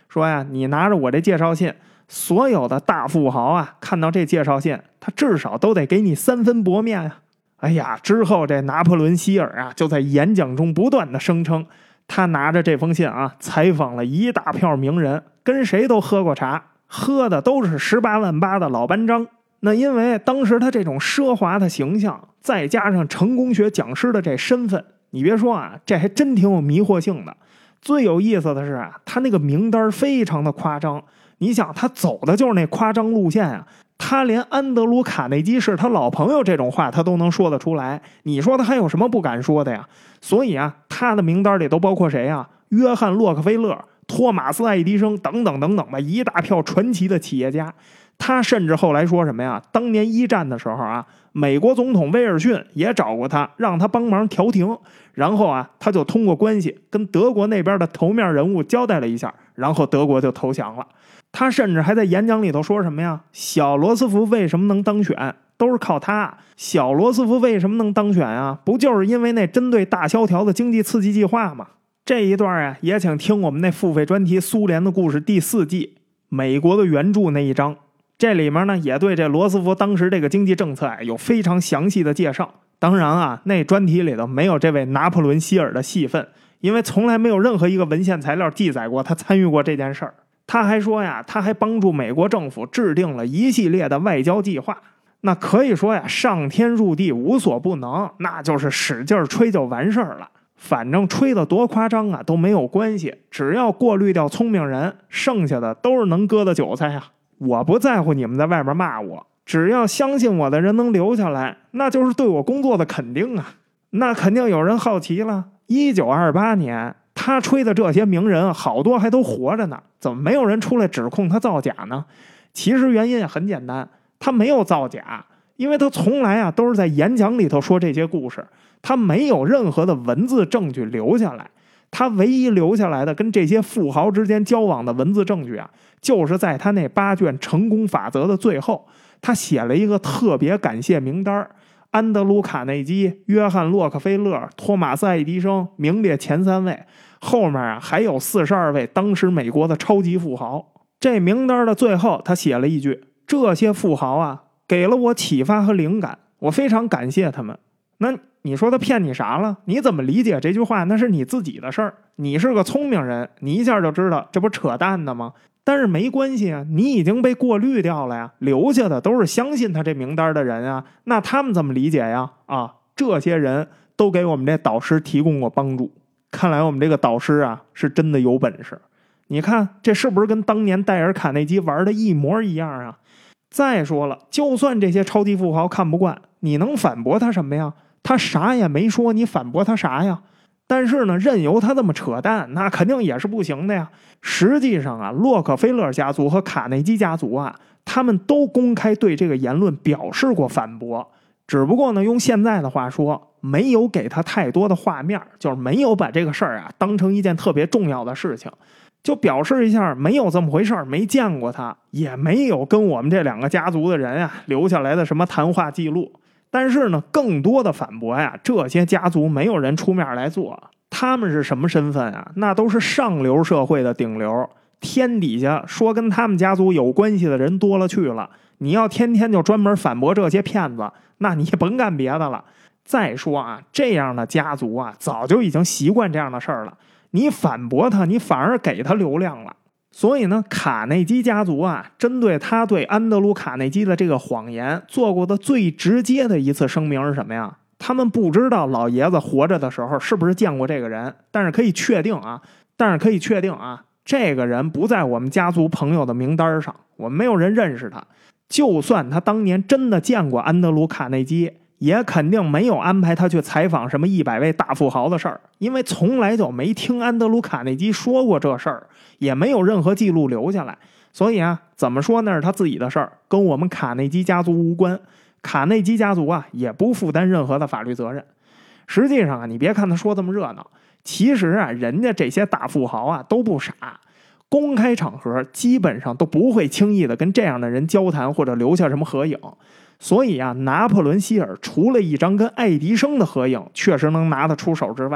Speaker 1: 说呀，你拿着我这介绍信，所有的大富豪啊，看到这介绍信，他至少都得给你三分薄面呀。哎呀，之后这拿破仑希尔啊，就在演讲中不断的声称，他拿着这封信啊，采访了一大票名人，跟谁都喝过茶，喝的都是十八万八的老班章。那因为当时他这种奢华的形象，再加上成功学讲师的这身份，你别说啊，这还真挺有迷惑性的。最有意思的是啊，他那个名单非常的夸张。你想，他走的就是那夸张路线啊，他连安德鲁·卡内基是他老朋友这种话他都能说得出来，你说他还有什么不敢说的呀？所以啊，他的名单里都包括谁啊？约翰·洛克菲勒、托马斯·爱迪生等等等等吧，一大票传奇的企业家。他甚至后来说什么呀？当年一战的时候啊，美国总统威尔逊也找过他，让他帮忙调停。然后啊，他就通过关系跟德国那边的头面人物交代了一下，然后德国就投降了。他甚至还在演讲里头说什么呀？小罗斯福为什么能当选？都是靠他。小罗斯福为什么能当选啊？不就是因为那针对大萧条的经济刺激计划吗？这一段啊，也请听我们那付费专题《苏联的故事》第四季美国的援助那一章。这里面呢，也对这罗斯福当时这个经济政策啊有非常详细的介绍。当然啊，那专题里头没有这位拿破仑希尔的戏份，因为从来没有任何一个文献材料记载过他参与过这件事儿。他还说呀，他还帮助美国政府制定了一系列的外交计划。那可以说呀，上天入地无所不能，那就是使劲吹就完事儿了。反正吹得多夸张啊都没有关系，只要过滤掉聪明人，剩下的都是能割的韭菜呀。我不在乎你们在外面骂我，只要相信我的人能留下来，那就是对我工作的肯定啊。那肯定有人好奇了，一九二八年他吹的这些名人好多还都活着呢，怎么没有人出来指控他造假呢？其实原因也很简单，他没有造假，因为他从来啊都是在演讲里头说这些故事，他没有任何的文字证据留下来。他唯一留下来的跟这些富豪之间交往的文字证据啊，就是在他那八卷成功法则的最后，他写了一个特别感谢名单，安德鲁·卡内基、约翰·洛克菲勒、托马斯·爱迪生名列前三位，后面啊还有四十二位当时美国的超级富豪。这名单的最后他写了一句，这些富豪啊给了我启发和灵感，我非常感谢他们。那你说他骗你啥了？你怎么理解这句话？那是你自己的事儿。你是个聪明人，你一下就知道这不扯淡的吗？但是没关系啊，你已经被过滤掉了呀，留下的都是相信他这名单的人啊。那他们怎么理解呀？啊，这些人都给我们这导师提供过帮助。看来我们这个导师啊是真的有本事。你看这是不是跟当年戴尔·卡内基玩的一模一样啊？再说了，就算这些超级富豪看不惯，你能反驳他什么呀？他啥也没说，你反驳他啥呀？但是呢，任由他这么扯淡，那肯定也是不行的呀。实际上啊，洛克菲勒家族和卡内基家族啊，他们都公开对这个言论表示过反驳，只不过呢，用现在的话说，没有给他太多的画面，就是没有把这个事儿啊当成一件特别重要的事情，就表示一下没有这么回事儿，没见过他，也没有跟我们这两个家族的人啊留下来的什么谈话记录。但是呢，更多的反驳呀，这些家族没有人出面来做。他们是什么身份啊？那都是上流社会的顶流，天底下说跟他们家族有关系的人多了去了。你要天天就专门反驳这些骗子，那你甭干别的了。再说啊，这样的家族啊，早就已经习惯这样的事儿了。你反驳他，你反而给他流量了。所以呢，卡内基家族啊，针对他对安德鲁·卡内基的这个谎言做过的最直接的一次声明是什么呀？他们不知道老爷子活着的时候是不是见过这个人，但是可以确定啊，但是可以确定啊，这个人不在我们家族朋友的名单上，我们没有人认识他。就算他当年真的见过安德鲁·卡内基，也肯定没有安排他去采访什么一百位大富豪的事儿，因为从来就没听安德鲁·卡内基说过这事儿，也没有任何记录留下来。所以啊，怎么说那是他自己的事儿，跟我们卡内基家族无关。卡内基家族啊，也不负担任何的法律责任。实际上啊，你别看他说这么热闹，其实啊，人家这些大富豪啊都不傻，公开场合基本上都不会轻易的跟这样的人交谈或者留下什么合影。所以啊，拿破仑希尔除了一张跟爱迪生的合影确实能拿得出手之外，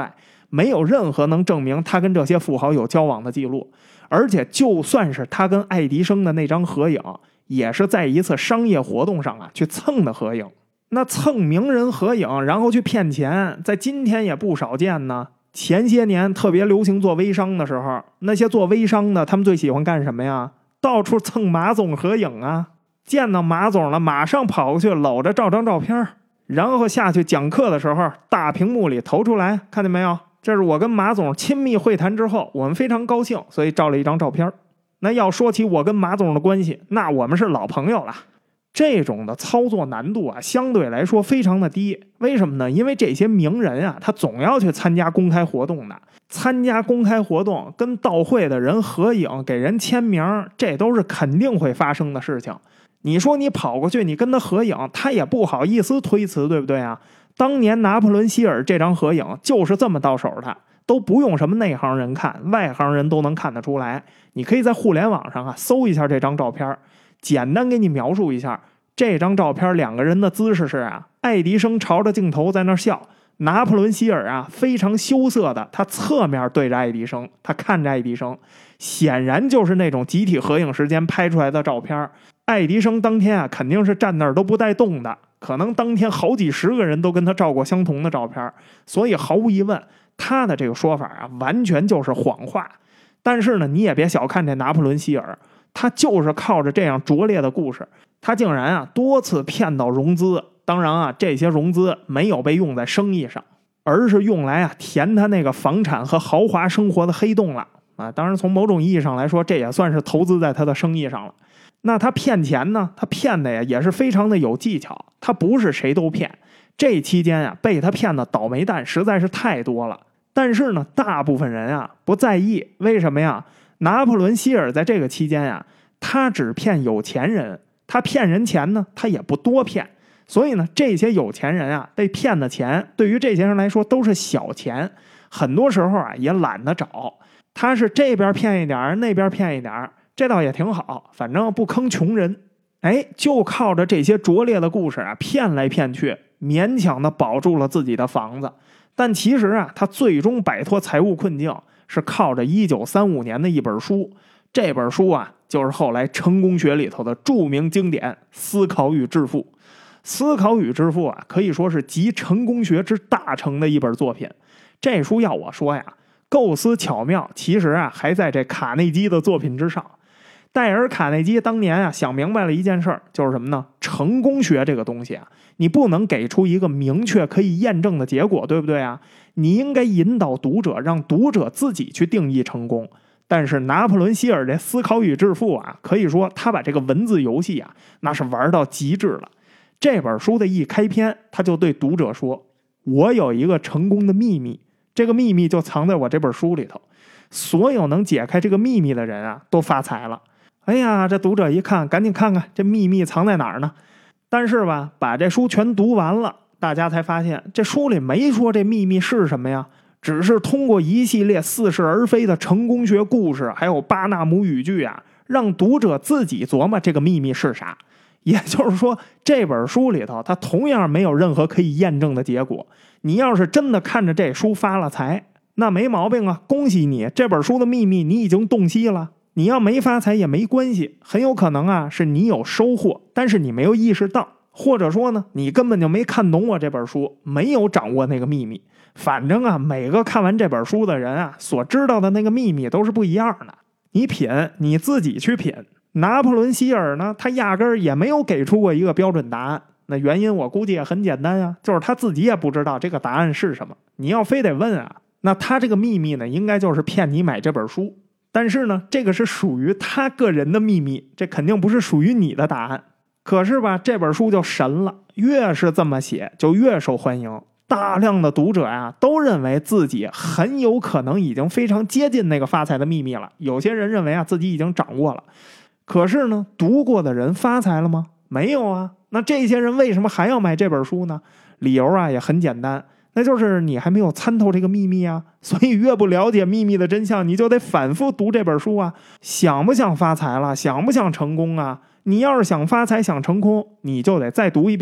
Speaker 1: 没有任何能证明他跟这些富豪有交往的记录。而且就算是他跟爱迪生的那张合影，也是在一次商业活动上啊去蹭的合影。那蹭名人合影然后去骗钱，在今天也不少见呢。前些年特别流行做微商的时候，那些做微商的他们最喜欢干什么呀？到处蹭马总合影啊，见到马总了马上跑过去搂着照张照片，然后下去讲课的时候大屏幕里投出来，看见没有，这是我跟马总亲密会谈之后，我们非常高兴，所以照了一张照片。那要说起我跟马总的关系，那我们是老朋友了。这种的操作难度啊，相对来说非常的低。为什么呢？因为这些名人啊，他总要去参加公开活动的，参加公开活动跟到会的人合影，给人签名，这都是肯定会发生的事情。你说你跑过去，你跟他合影，他也不好意思推辞，对不对啊？当年拿破仑希尔这张合影就是这么到手的，都不用什么内行人看，外行人都能看得出来。你可以在互联网上啊搜一下这张照片，简单给你描述一下。这张照片两个人的姿势是啊，爱迪生朝着镜头在那笑，拿破仑希尔啊非常羞涩的，他侧面对着爱迪生，他看着爱迪生，显然就是那种集体合影时间拍出来的照片。爱迪生当天啊肯定是站那儿都不带动的，可能当天好几十个人都跟他照过相同的照片，所以毫无疑问他的这个说法啊完全就是谎话。但是呢，你也别小看这拿破仑希尔，他就是靠着这样拙劣的故事，他竟然啊多次骗到融资。当然啊，这些融资没有被用在生意上，而是用来啊填他那个房产和豪华生活的黑洞了啊。当然从某种意义上来说，这也算是投资在他的生意上了。那他骗钱呢，他骗的呀也是非常的有技巧，他不是谁都骗。这期间啊被他骗的倒霉蛋实在是太多了。但是呢，大部分人啊不在意，为什么呀？拿破仑希尔在这个期间啊，他只骗有钱人，他骗人钱呢，他也不多骗。所以呢，这些有钱人啊被骗的钱，对于这些人来说都是小钱，很多时候啊也懒得找。他是这边骗一点，那边骗一点，这倒也挺好，反正不坑穷人。哎，就靠着这些拙劣的故事啊，骗来骗去，勉强的保住了自己的房子。但其实啊，他最终摆脱财务困境是靠着一九三五年的一本书。这本书啊，就是后来成功学里头的著名经典《思考与致富》。《思考与致富》啊，可以说是集成功学之大成的一本作品。这书要我说呀，构思巧妙，其实啊，还在这卡内基的作品之上。戴尔·卡内基当年啊，想明白了一件事儿，就是什么呢？成功学这个东西啊，你不能给出一个明确可以验证的结果，对不对啊？你应该引导读者，让读者自己去定义成功。但是拿破仑希尔这《思考与致富》啊，可以说他把这个文字游戏啊，那是玩到极致了。这本书的一开篇，他就对读者说：“我有一个成功的秘密，这个秘密就藏在我这本书里头。所有能解开这个秘密的人啊，都发财了。”哎呀，这读者一看，赶紧看看这秘密藏在哪儿呢？但是吧，把这书全读完了，大家才发现这书里没说这秘密是什么呀，只是通过一系列似是而非的成功学故事，还有巴纳姆语句啊，让读者自己琢磨这个秘密是啥。也就是说，这本书里头它同样没有任何可以验证的结果。你要是真的看着这书发了财，那没毛病啊，恭喜你，这本书的秘密你已经洞悉了。你要没发财也没关系，很有可能啊是你有收获，但是你没有意识到，或者说呢你根本就没看懂我这本书，没有掌握那个秘密。反正啊每个看完这本书的人啊所知道的那个秘密都是不一样的，你品，你自己去品。拿破仑希尔呢，他压根儿也没有给出过一个标准答案。那原因我估计也很简单啊，就是他自己也不知道这个答案是什么。你要非得问啊，那他这个秘密呢，应该就是骗你买这本书。但是呢，这个是属于他个人的秘密，这肯定不是属于你的答案。可是吧，这本书就神了，越是这么写，就越受欢迎。大量的读者啊，都认为自己很有可能已经非常接近那个发财的秘密了。有些人认为啊，自己已经掌握了。可是呢，读过的人发财了吗？没有啊。那这些人为什么还要买这本书呢？理由啊也很简单，那就是你还没有参透这个秘密啊。所以越不了解秘密的真相，你就得反复读这本书啊。想不想发财了？想不想成功啊？你要是想发财想成功，你就得再读一遍。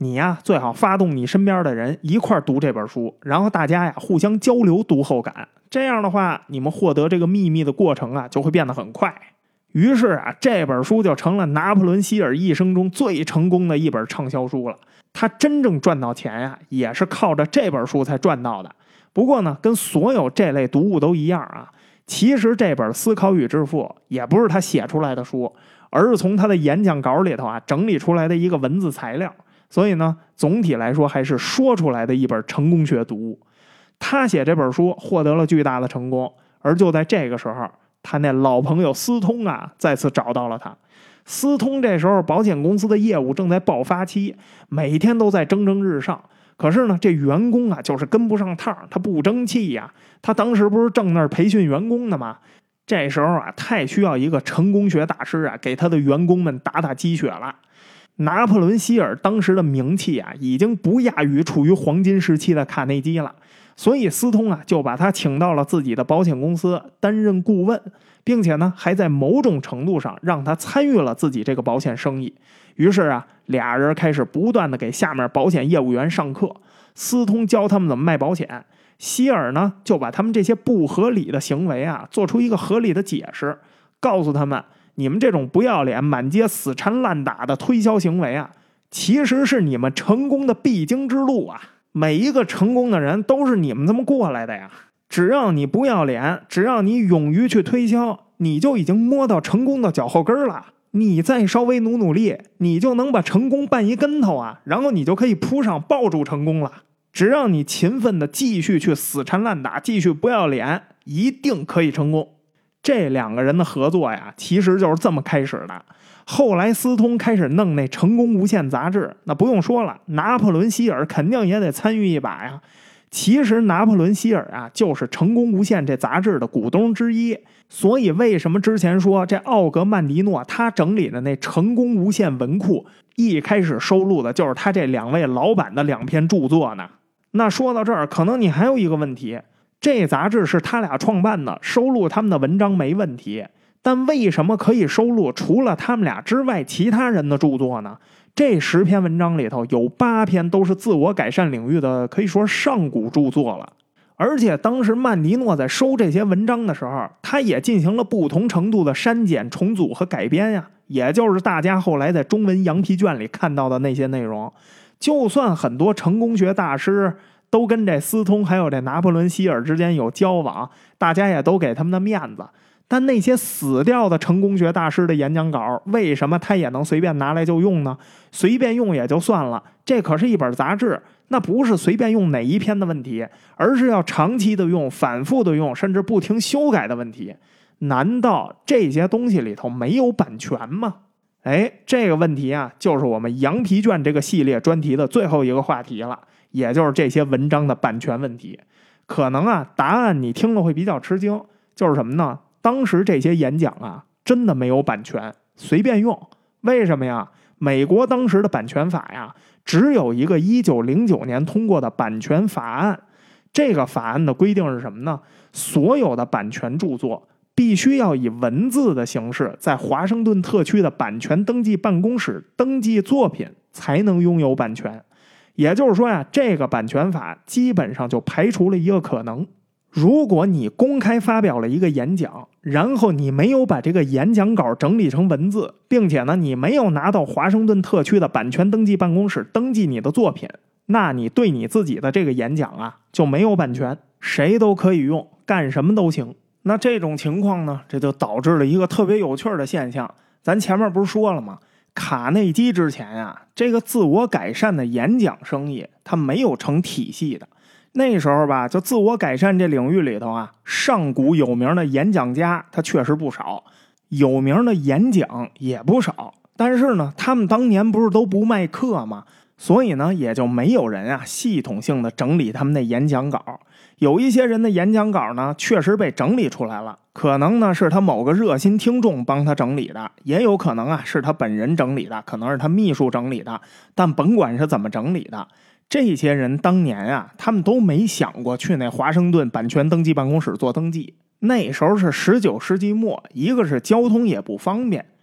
Speaker 1: 你呀最好发动你身边的人一块读这本书，然后大家呀互相交流读后感，这样的话你们获得这个秘密的过程啊就会变得很快。于是啊这本书就成了拿破仑希尔一生中最成功的一本畅销书了。他真正赚到钱呀也是靠着这本书才赚到的。不过呢跟所有这类读物都一样啊，其实这本《思考与致富》也不是他写出来的书，而是从他的演讲稿里头啊整理出来的一个文字材料。所以呢总体来说还是说出来的一本成功学读物。他写这本书获得了巨大的成功，而就在这个时候，他那老朋友思通啊再次找到了他。思通这时候保险公司的业务正在爆发期，每天都在蒸蒸日上，可是呢这员工啊就是跟不上趟，他不争气呀、啊。他当时不是正那儿培训员工呢吗？这时候啊太需要一个成功学大师啊给他的员工们打打鸡血了。拿破仑希尔当时的名气啊已经不亚于处于黄金时期的卡内基了，所以斯通啊就把他请到了自己的保险公司担任顾问，并且呢还在某种程度上让他参与了自己这个保险生意。于是啊俩人开始不断的给下面保险业务员上课，斯通教他们怎么卖保险，希尔呢就把他们这些不合理的行为啊做出一个合理的解释，告诉他们你们这种不要脸满街死缠烂打的推销行为啊其实是你们成功的必经之路啊，每一个成功的人都是你们这么过来的呀。只要你不要脸，只要你勇于去推销，你就已经摸到成功的脚后跟了。你再稍微努努力，你就能把成功绊一跟头啊，然后你就可以扑上抱住成功了。只要你勤奋的继续去死缠烂打，继续不要脸，一定可以成功。这两个人的合作呀其实就是这么开始的。后来斯通开始弄那成功无限杂志，那不用说了，拿破仑希尔肯定也得参与一把呀。其实拿破仑希尔啊就是成功无限这杂志的股东之一，所以为什么之前说这奥格曼迪诺他整理的那成功无限文库一开始收录的就是他这两位老板的两篇著作呢？那说到这儿，可能你还有一个问题，这杂志是他俩创办的，收录他们的文章没问题，但为什么可以收录除了他们俩之外其他人的著作呢？这十篇文章里头有八篇都是自我改善领域的，可以说上古著作了。而且当时曼迪诺在收这些文章的时候，他也进行了不同程度的删减、重组和改编呀，也就是大家后来在中文羊皮卷里看到的那些内容。就算很多成功学大师都跟这斯通还有这拿破仑希尔之间有交往，大家也都给他们的面子，但那些死掉的成功学大师的演讲稿，为什么他也能随便拿来就用呢？随便用也就算了，这可是一本杂志，那不是随便用哪一篇的问题，而是要长期的用、反复的用，甚至不停修改的问题。难道这些东西里头没有版权吗？哎，这个问题啊，就是我们羊皮卷这个系列专题的最后一个话题了，也就是这些文章的版权问题。可能啊，答案你听了会比较吃惊，就是什么呢？当时这些演讲啊，真的没有版权，随便用。为什么呀？美国当时的版权法呀，只有一个一九零九年通过的版权法案。这个法案的规定是什么呢？所有的版权著作必须要以文字的形式在华盛顿特区的版权登记办公室登记作品，才能拥有版权。也就是说呀，这个版权法基本上就排除了一个可能，如果你公开发表了一个演讲，然后你没有把这个演讲稿整理成文字，并且呢你没有拿到华盛顿特区的版权登记办公室登记你的作品，那你对你自己的这个演讲啊就没有版权，谁都可以用，干什么都行。那这种情况呢，这就导致了一个特别有趣的现象。咱前面不是说了吗？卡内基之前啊，这个自我改善的演讲生意它没有成体系的。那时候吧，就自我改善这领域里头啊，上古有名的演讲家他确实不少，有名的演讲也不少，但是呢他们当年不是都不卖课吗？所以呢也就没有人啊系统性的整理他们的演讲稿。有一些人的演讲稿呢确实被整理出来了，可能呢是他某个热心听众帮他整理的，也有可能啊是他本人整理的，可能是他秘书整理的，但甭管是怎么整理的，这些人当年啊他们都没想过去那华盛顿版权登记办公室做登记。那时候是十九世纪末，一个是交通也不方便，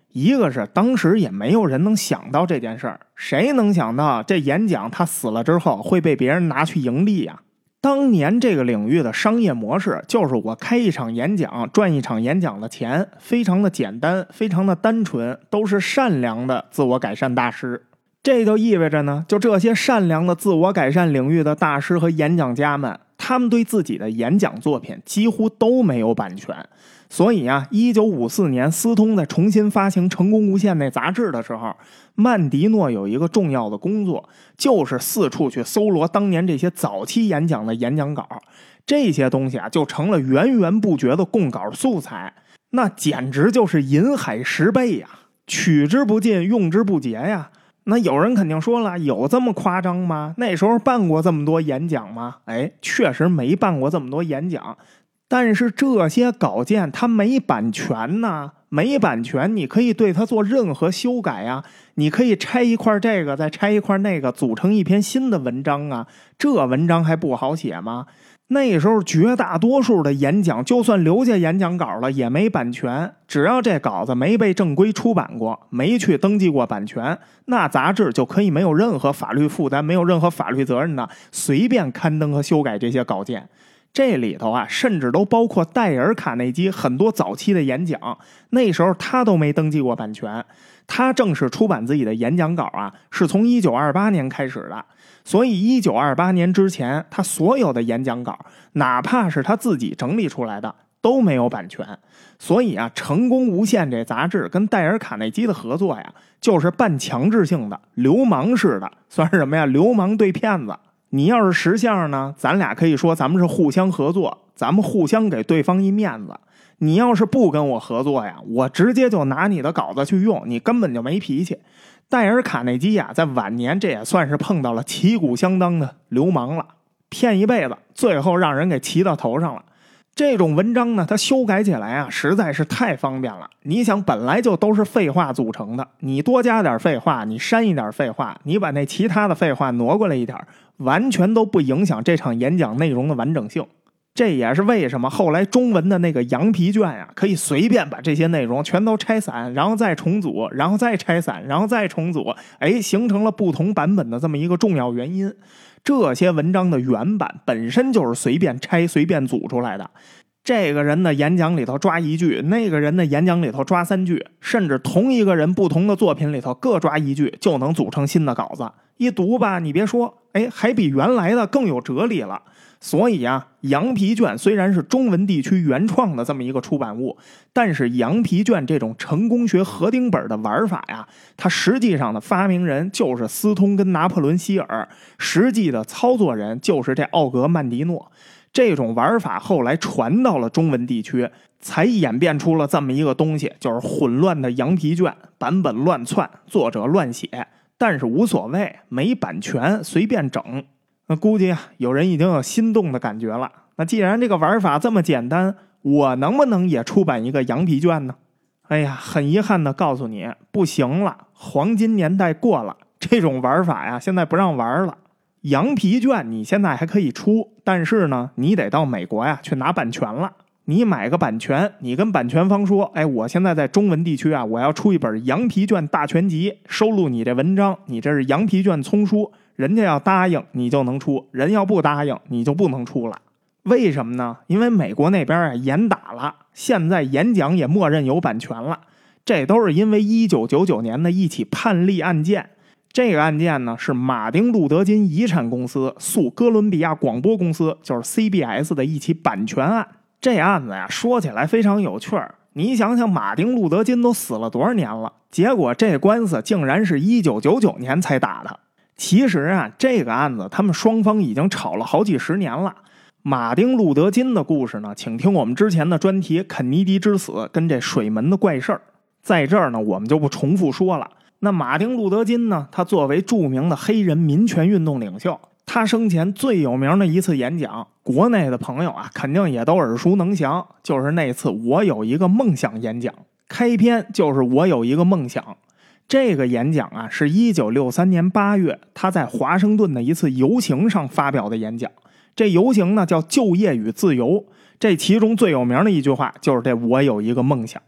Speaker 1: 一个是当时也没有人能想到这件事儿，谁能想到这演讲他死了之后会被别人拿去盈利呀？当年这个领域的商业模式就是我开一场演讲赚一场演讲的钱，非常的简单，非常的单纯，都是善良的自我改善大师。这就意味着呢，就这些善良的自我改善领域的大师和演讲家们，他们对自己的演讲作品几乎都没有版权。所以啊，一九五四年斯通在重新发行《成功无限》那杂志的时候，曼迪诺有一个重要的工作，就是四处去搜罗当年这些早期演讲的演讲稿，这些东西啊就成了源源不绝的供稿素材，那简直就是银海十倍呀，取之不尽，用之不竭呀。那有人肯定说了，有这么夸张吗？那时候办过这么多演讲吗？哎，确实没办过这么多演讲，但是这些稿件它没版权呢，没版权你可以对它做任何修改啊，你可以拆一块这个再拆一块那个组成一篇新的文章啊，这文章还不好写吗？那时候绝大多数的演讲就算留下演讲稿了也没版权，只要这稿子没被正规出版过，没去登记过版权，那杂志就可以没有任何法律负担，没有任何法律责任的随便刊登和修改这些稿件。这里头啊，甚至都包括戴尔·卡内基很多早期的演讲，那时候他都没登记过版权。他正式出版自己的演讲稿啊，是从一九二八年开始的。所以一九二八年之前，他所有的演讲稿，哪怕是他自己整理出来的，都没有版权。所以啊，《成功无限》这杂志跟戴尔·卡内基的合作呀，就是半强制性的，流氓式的，算是什么呀？流氓对骗子。你要是识相呢，咱俩可以说咱们是互相合作，咱们互相给对方一面子。你要是不跟我合作呀，我直接就拿你的稿子去用，你根本就没脾气。戴尔·卡内基呀，在晚年这也算是碰到了旗鼓相当的流氓了，骗一辈子，最后让人给骑到头上了。这种文章呢，它修改起来啊，实在是太方便了。你想，本来就都是废话组成的，你多加点废话，你删一点废话，你把那其他的废话挪过来一点，完全都不影响这场演讲内容的完整性。这也是为什么后来中文的那个羊皮卷呀、啊，可以随便把这些内容全都拆散，然后再重组，然后再拆散，然后再重组，哎，形成了不同版本的这么一个重要原因。这些文章的原版本身就是随便拆随便组出来的，这个人的演讲里头抓一句，那个人的演讲里头抓三句，甚至同一个人不同的作品里头各抓一句，就能组成新的稿子。一读吧，你别说，哎，还比原来的更有哲理了。所以啊，羊皮卷虽然是中文地区原创的这么一个出版物，但是羊皮卷这种成功学合订本的玩法呀，它实际上的发明人就是斯通跟拿破仑希尔，实际的操作人就是这奥格曼迪诺。这种玩法后来传到了中文地区，才演变出了这么一个东西，就是混乱的羊皮卷，版本乱窜，作者乱写，但是无所谓，没版权，随便整。那估计啊，有人已经有心动的感觉了。那既然这个玩法这么简单，我能不能也出版一个羊皮卷呢？哎呀，很遗憾的告诉你，不行了，黄金年代过了，这种玩法呀，现在不让玩了。羊皮卷你现在还可以出，但是呢，你得到美国呀去拿版权了。你买个版权，你跟版权方说，哎，我现在在中文地区啊，我要出一本羊皮卷大全集，收录你这文章，你这是羊皮卷丛书。人家要答应你就能出，人要不答应你就不能出了。为什么呢？因为美国那边啊严打了，现在演讲也默认有版权了。这都是因为一九九九年的一起判例案件。这个案件呢是马丁路德金遗产公司诉哥伦比亚广播公司，就是 C B S 的一起版权案。这案子呀说起来非常有趣儿。你想想，马丁路德金都死了多少年了，结果这官司竟然是一九九九年才打的。其实啊，这个案子他们双方已经吵了好几十年了。马丁路德金的故事呢，请听我们之前的专题《肯尼迪之死》跟这水门的怪事儿，在这儿呢我们就不重复说了。那马丁路德金呢，他作为著名的黑人民权运动领袖，他生前最有名的一次演讲，国内的朋友啊肯定也都耳熟能详，就是那次我有一个梦想演讲，开篇就是我有一个梦想。这个演讲啊，是一九六三年八月他在华盛顿的一次游行上发表的演讲。这游行呢叫就业与自由，这其中最有名的一句话就是这我有一个梦想。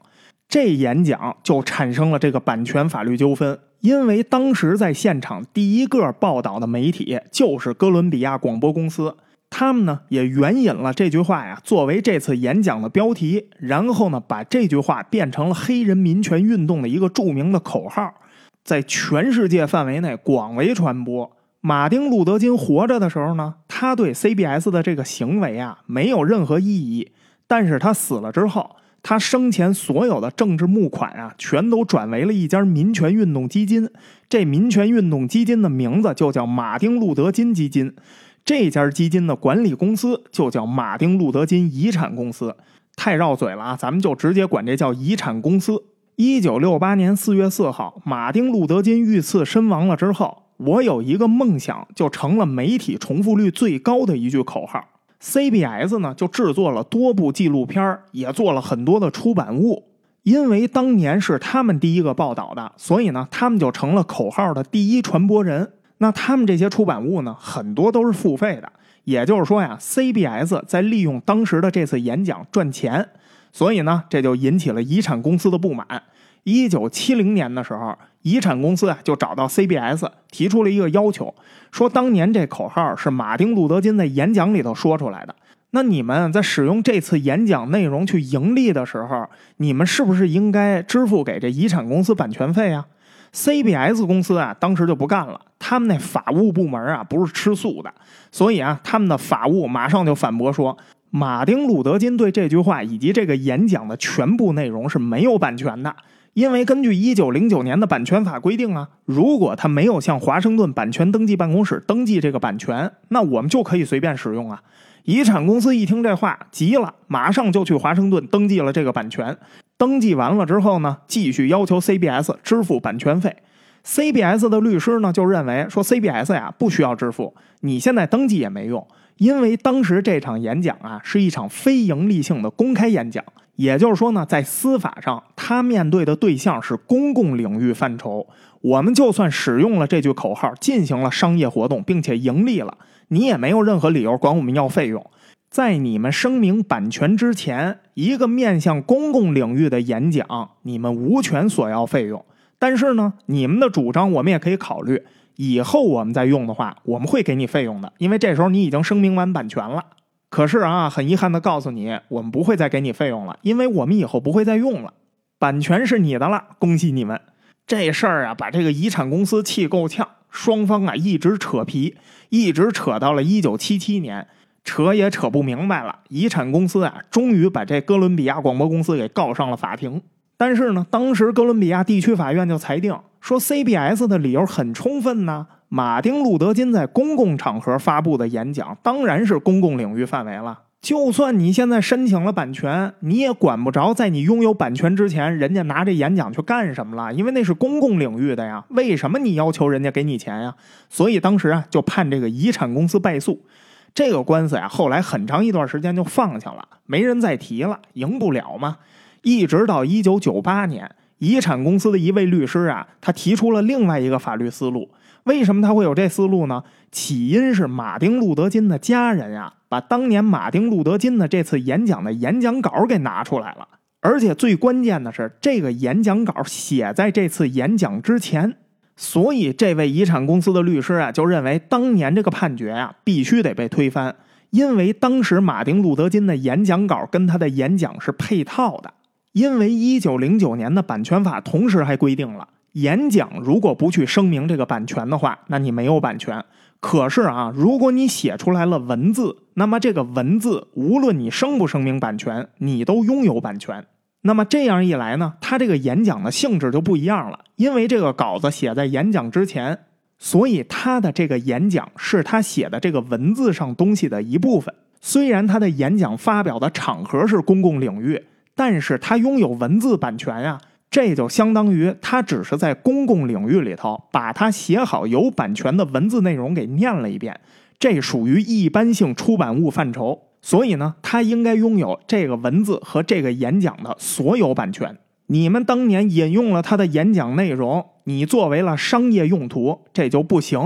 Speaker 1: 这演讲就产生了这个版权法律纠纷。因为当时在现场第一个报道的媒体就是哥伦比亚广播公司，他们呢也援引了这句话呀作为这次演讲的标题，然后呢把这句话变成了黑人民权运动的一个著名的口号，在全世界范围内广为传播。马丁·路德·金活着的时候呢，他对 C B S 的这个行为啊没有任何异议，但是他死了之后，他生前所有的政治募款啊，全都转为了一家民权运动基金。这民权运动基金的名字就叫马丁路德金基金，这家基金的管理公司就叫马丁路德金遗产公司。太绕嘴了啊，咱们就直接管这叫遗产公司。一九六八年四月四号，马丁路德金遇刺身亡了之后，我有一个梦想就成了媒体重复率最高的一句口号。C B S 呢就制作了多部纪录片，也做了很多的出版物。因为当年是他们第一个报道的，所以呢他们就成了口号的第一传播人。那他们这些出版物呢很多都是付费的，也就是说呀 C B S 在利用当时的这次演讲赚钱，所以呢这就引起了遗产公司的不满。一九七零年的时候，遗产公司啊就找到 C B S 提出了一个要求，说当年这口号是马丁路德金在演讲里头说出来的，那你们在使用这次演讲内容去盈利的时候，你们是不是应该支付给这遗产公司版权费啊？ C B S 公司啊当时就不干了，他们那法务部门啊不是吃素的，所以啊他们的法务马上就反驳说，马丁路德金对这句话以及这个演讲的全部内容是没有版权的。因为根据一九零九年的版权法规定啊，如果他没有向华盛顿版权登记办公室登记这个版权，那我们就可以随便使用啊。遗产公司一听这话急了，马上就去华盛顿登记了这个版权。登记完了之后呢，继续要求 C B S 支付版权费。C B S 的律师呢就认为说 C B S 呀不需要支付，你现在登记也没用，因为当时这场演讲啊是一场非盈利性的公开演讲。也就是说呢，在司法上他面对的对象是公共领域范畴，我们就算使用了这句口号进行了商业活动并且盈利了，你也没有任何理由管我们要费用。在你们声明版权之前，一个面向公共领域的演讲你们无权索要费用，但是呢你们的主张我们也可以考虑，以后我们再用的话我们会给你费用的，因为这时候你已经声明完版权了。可是啊，很遗憾的告诉你，我们不会再给你费用了，因为我们以后不会再用了，版权是你的了，恭喜你们。这事儿啊，把这个遗产公司气够呛，双方啊一直扯皮，一直扯到了一九七七年，扯也扯不明白了。遗产公司啊，终于把这哥伦比亚广播公司给告上了法庭。但是呢，当时哥伦比亚地区法院就裁定说 C B S 的理由很充分呢。马丁路德金在公共场合发布的演讲当然是公共领域范围了，就算你现在申请了版权，你也管不着在你拥有版权之前人家拿这演讲去干什么了，因为那是公共领域的呀，为什么你要求人家给你钱呀？所以当时啊就判这个遗产公司败诉。这个官司呀后来很长一段时间就放下了，没人再提了，赢不了嘛。一直到一九九八年，遗产公司的一位律师啊，他提出了另外一个法律思路。为什么他会有这思路呢？起因是马丁路德金的家人啊，把当年马丁路德金的这次演讲的演讲稿给拿出来了，而且最关键的是这个演讲稿写在这次演讲之前，所以这位遗产公司的律师啊就认为当年这个判决啊必须得被推翻，因为当时马丁路德金的演讲稿跟他的演讲是配套的。因为一九零九年的版权法同时还规定了，演讲如果不去声明这个版权的话，那你没有版权。可是啊，如果你写出来了文字，那么这个文字无论你声不声明版权，你都拥有版权。那么这样一来呢，他这个演讲的性质就不一样了，因为这个稿子写在演讲之前，所以他的这个演讲是他写的这个文字上东西的一部分。虽然他的演讲发表的场合是公共领域，但是他拥有文字版权呀、啊，这就相当于他只是在公共领域里头把他写好有版权的文字内容给念了一遍，这属于一般性出版物范畴，所以呢，他应该拥有这个文字和这个演讲的所有版权。你们当年引用了他的演讲内容，你作为了商业用途，这就不行。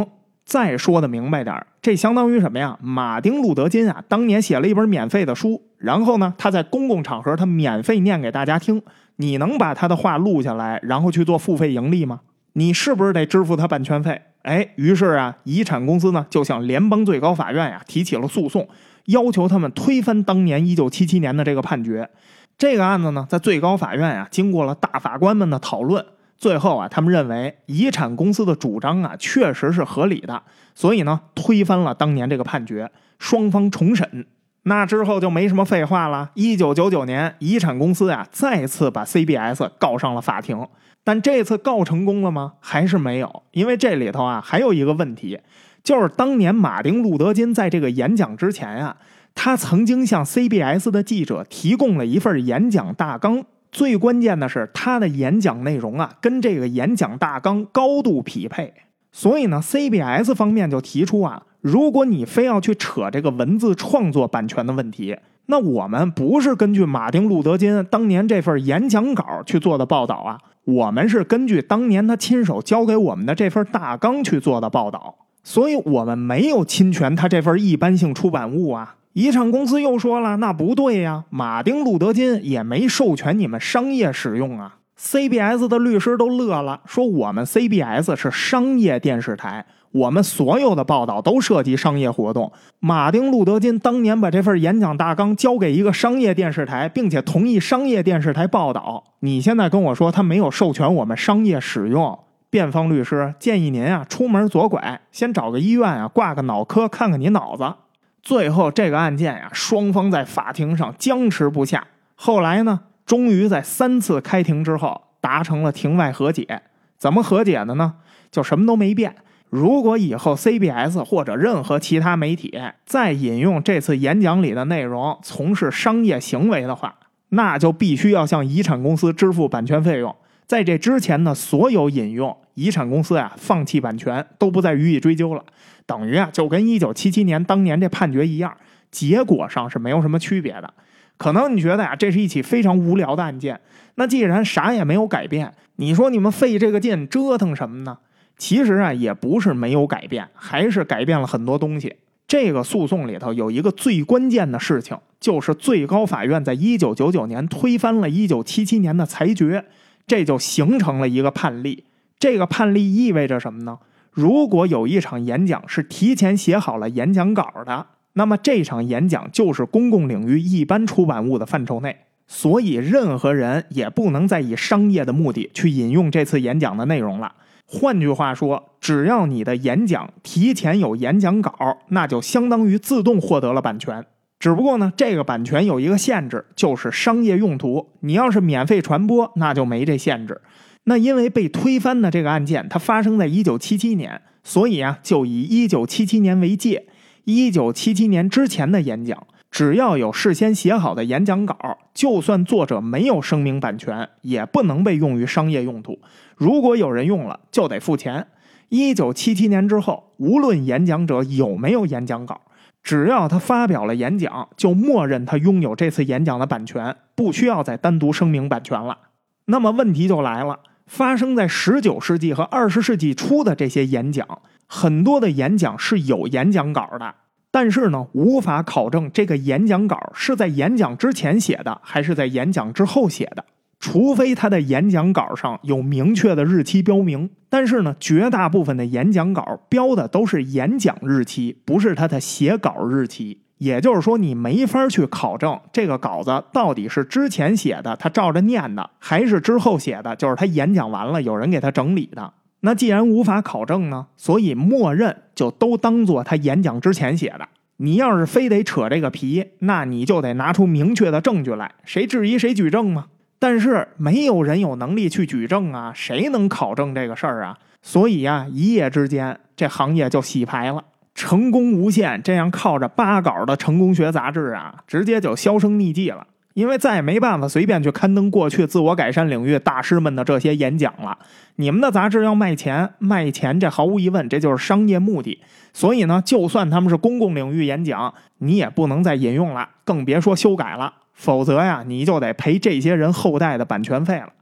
Speaker 2: 再说的明白点，这相当于什么呀？马丁路德金啊，当年写了一本免费的书，然后呢，他在公共场合他免费念给大家听。你能把他的话录下来，然后去做付费盈利吗？你是不是得支付他版权费？哎，于是啊，遗产公司呢就向联邦最高法院呀、啊、提起了诉讼，要求他们推翻当年一九七七年的这个判决。这个案子呢，在最高法院啊，经过了大法官们的讨论。最后啊，他们认为遗产公司的主张啊确实是合理的，所以呢推翻了当年这个判决，双方重审。那之后就没什么废话了。一九九九年，遗产公司啊再次把 C B S 告上了法庭，但这次告成功了吗？还是没有，因为这里头啊还有一个问题，就是当年马丁路德金在这个演讲之前啊，他曾经向 C B S 的记者提供了一份演讲大纲。最关键的是他的演讲内容啊跟这个演讲大纲高度匹配，所以呢 C B S 方面就提出啊，如果你非要去扯这个文字创作版权的问题，那我们不是根据马丁路德金当年这份演讲稿去做的报道啊，我们是根据当年他亲手交给我们的这份大纲去做的报道，所以我们没有侵权他这份一般性出版物啊。遗产公司又说了，那不对呀，马丁路德金也没授权你们商业使用啊。 C B S 的律师都乐了，说我们 C B S 是商业电视台，我们所有的报道都涉及商业活动。马丁路德金当年把这份演讲大纲交给一个商业电视台，并且同意商业电视台报道，你现在跟我说他没有授权我们商业使用？辩方律师建议您啊出门左拐，先找个医院啊挂个脑科看看你脑子。最后这个案件呀、啊，双方在法庭上僵持不下。后来呢，终于在三次开庭之后达成了庭外和解。怎么和解的呢？就什么都没变。如果以后 C B S 或者任何其他媒体再引用这次演讲里的内容从事商业行为的话，那就必须要向遗产公司支付版权费用。在这之前的所有引用，遗产公司啊放弃版权，都不再予以追究了。等于啊，就跟一九七七年当年这判决一样，结果上是没有什么区别的。可能你觉得呀、啊，这是一起非常无聊的案件，那既然啥也没有改变，你说你们费这个劲折腾什么呢？其实啊，也不是没有改变，还是改变了很多东西。这个诉讼里头有一个最关键的事情，就是最高法院在一九九九年推翻了一九七七年的裁决，这就形成了一个判例。这个判例意味着什么呢？如果有一场演讲是提前写好了演讲稿的，那么这场演讲就是公共领域一般出版物的范畴内，所以任何人也不能再以商业的目的去引用这次演讲的内容了。换句话说，只要你的演讲提前有演讲稿，那就相当于自动获得了版权。只不过呢，这个版权有一个限制，就是商业用途。你要是免费传播，那就没这限制。那因为被推翻的这个案件它发生在一九七七年，所以啊，就以一九七七年为界。一九七七年之前的演讲，只要有事先写好的演讲稿，就算作者没有声明版权，也不能被用于商业用途。如果有人用了，就得付钱。一九七七年之后，无论演讲者有没有演讲稿，只要他发表了演讲，就默认他拥有这次演讲的版权，不需要再单独声明版权了。那么问题就来了，发生在十九世纪和二十世纪初的这些演讲，很多的演讲是有演讲稿的，但是呢，无法考证这个演讲稿是在演讲之前写的，还是在演讲之后写的。除非他的演讲稿上有明确的日期标明，但是呢，绝大部分的演讲稿标的都是演讲日期，不是他的写稿日期。也就是说，你没法去考证这个稿子到底是之前写的，他照着念的，还是之后写的，就是他演讲完了有人给他整理的。那既然无法考证呢，所以默认就都当做他演讲之前写的。你要是非得扯这个皮，那你就得拿出明确的证据来，谁质疑谁举证嘛。但是没有人有能力去举证啊，谁能考证这个事儿啊？所以啊，一夜之间这行业就洗牌了，成功无限。这样靠着八稿的成功学杂志啊，直接就销声匿迹了。因为再也没办法随便去刊登过去自我改善领域大师们的这些演讲了。你们的杂志要卖钱，卖钱这毫无疑问这就是商业目的。所以呢，就算他们是公共领域演讲，你也不能再引用了，更别说修改了。否则呀，你就得赔这些人后代的版权费了。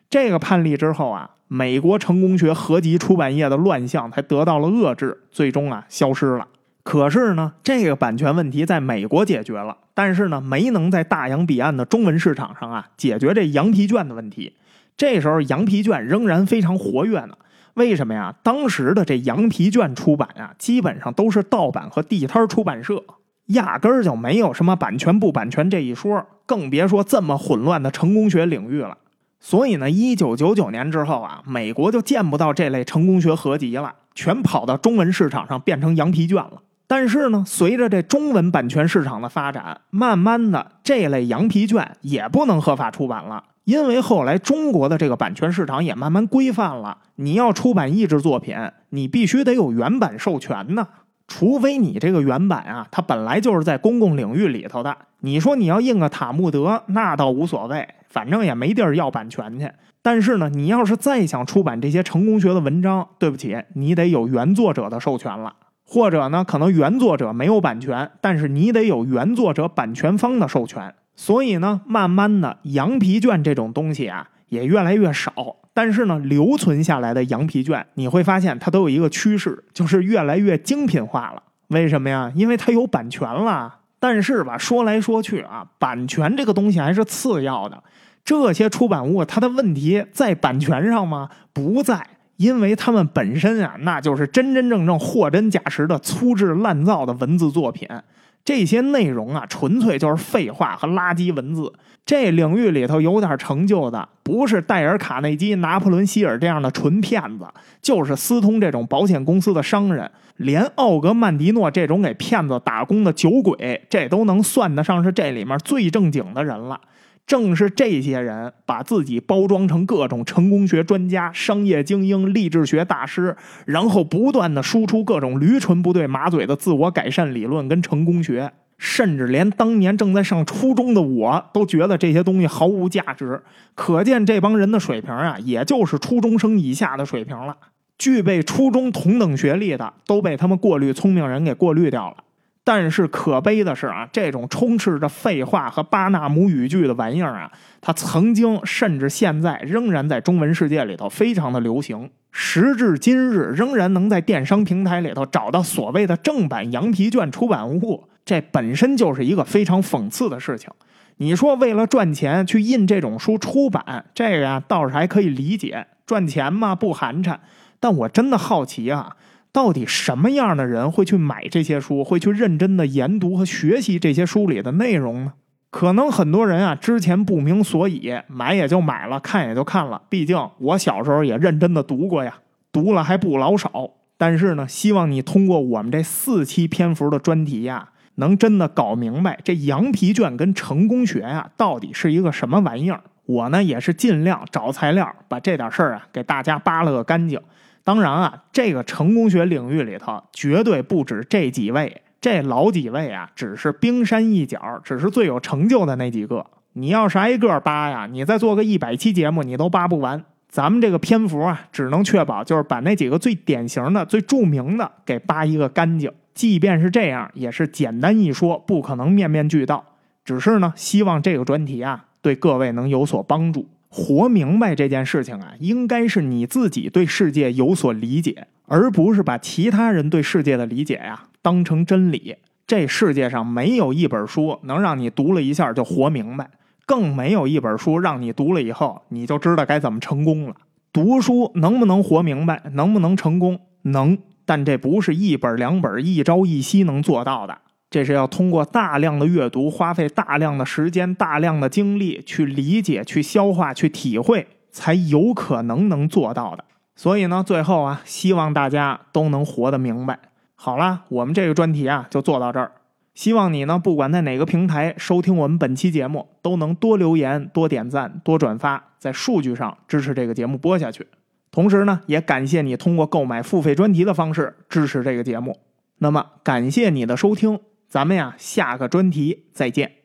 Speaker 2: 这个判例之后啊，美国成功学合集出版业的乱象才得到了遏制，最终啊消失了。可是呢，这个版权问题在美国解决了，但是呢，没能在大洋彼岸的中文市场上啊解决这羊皮卷的问题。这时候羊皮卷仍然非常活跃呢。为什么呀？当时的这羊皮卷出版啊，基本上都是盗版和地摊出版社，压根儿就没有什么版权不版权这一说，更别说这么混乱的成功学领域了。所以呢，一九九九年之后啊，美国就见不到这类成功学合集了，全跑到中文市场上变成羊皮卷了。但是呢，随着这中文版权市场的发展，慢慢的这类羊皮卷也不能合法出版了。因为后来中国的这个版权市场也慢慢规范了，你要出版译制作品，你必须得有原版授权呢。除非你这个原版啊，它本来就是在公共领域里头的，你说你要印个塔木德，那倒无所谓，反正也没地儿要版权去。但是呢，你要是再想出版这些成功学的文章，对不起，你得有原作者的授权了。或者呢，可能原作者没有版权，但是你得有原作者版权方的授权。所以呢，慢慢的羊皮卷这种东西啊也越来越少，但是呢，留存下来的羊皮卷你会发现它都有一个趋势，就是越来越精品化了。为什么呀？因为它有版权了。但是吧，说来说去啊，版权这个东西还是次要的。这些出版物它的问题在版权上吗？不在，因为它们本身啊，那就是真真正正货真价实的粗制滥造的文字作品。这些内容啊，纯粹就是废话和垃圾文字。这领域里头有点成就的，不是戴尔·卡内基、拿破仑·希尔这样的纯骗子，就是斯通这种保险公司的商人，连奥格曼迪诺这种给骗子打工的酒鬼，这都能算得上是这里面最正经的人了。正是这些人把自己包装成各种成功学专家、商业精英、励志学大师，然后不断的输出各种驴唇不对马嘴的自我改善理论跟成功学，甚至连当年正在上初中的我都觉得这些东西毫无价值。可见这帮人的水平啊，也就是初中生以下的水平了。具备初中同等学历的都被他们过滤聪明人给过滤掉了。但是可悲的是啊，这种充斥着废话和巴纳姆语句的玩意儿啊，它曾经甚至现在仍然在中文世界里头非常的流行。时至今日，仍然能在电商平台里头找到所谓的正版羊皮卷出版物，这本身就是一个非常讽刺的事情。你说为了赚钱去印这种书出版，这个呀倒是还可以理解，赚钱嘛不寒碜。但我真的好奇啊，到底什么样的人会去买这些书，会去认真的研读和学习这些书里的内容呢？可能很多人啊之前不明所以，买也就买了，看也就看了，毕竟我小时候也认真的读过呀，读了还不老少。但是呢，希望你通过我们这四期篇幅的专题呀，能真的搞明白这羊皮卷跟成功学呀到底是一个什么玩意儿。我呢也是尽量找材料把这点事儿啊给大家扒了个干净。当然啊，这个成功学领域里头绝对不止这几位，这老几位啊只是冰山一角，只是最有成就的那几个。你要是挨个扒呀，你再做个一百期节目你都扒不完。咱们这个篇幅啊，只能确保就是把那几个最典型的、最著名的给扒一个干净。即便是这样，也是简单一说，不可能面面俱到。只是呢，希望这个专题啊，对各位能有所帮助。活明白这件事情啊，应该是你自己对世界有所理解，而不是把其他人对世界的理解呀当成真理。这世界上没有一本书能让你读了一下就活明白，更没有一本书让你读了以后你就知道该怎么成功了。读书能不能活明白，能不能成功？能，但这不是一本两本一朝一夕能做到的。这是要通过大量的阅读，花费大量的时间、大量的精力去理解、去消化、去体会，才有可能能做到的。所以呢，最后啊，希望大家都能活得明白。好啦，我们这个专题啊就做到这儿。希望你呢，不管在哪个平台收听我们本期节目，都能多留言、多点赞、多转发，在数据上支持这个节目播下去。同时呢，也感谢你通过购买付费专题的方式支持这个节目。那么，感谢你的收听。咱们呀，下个专题再见。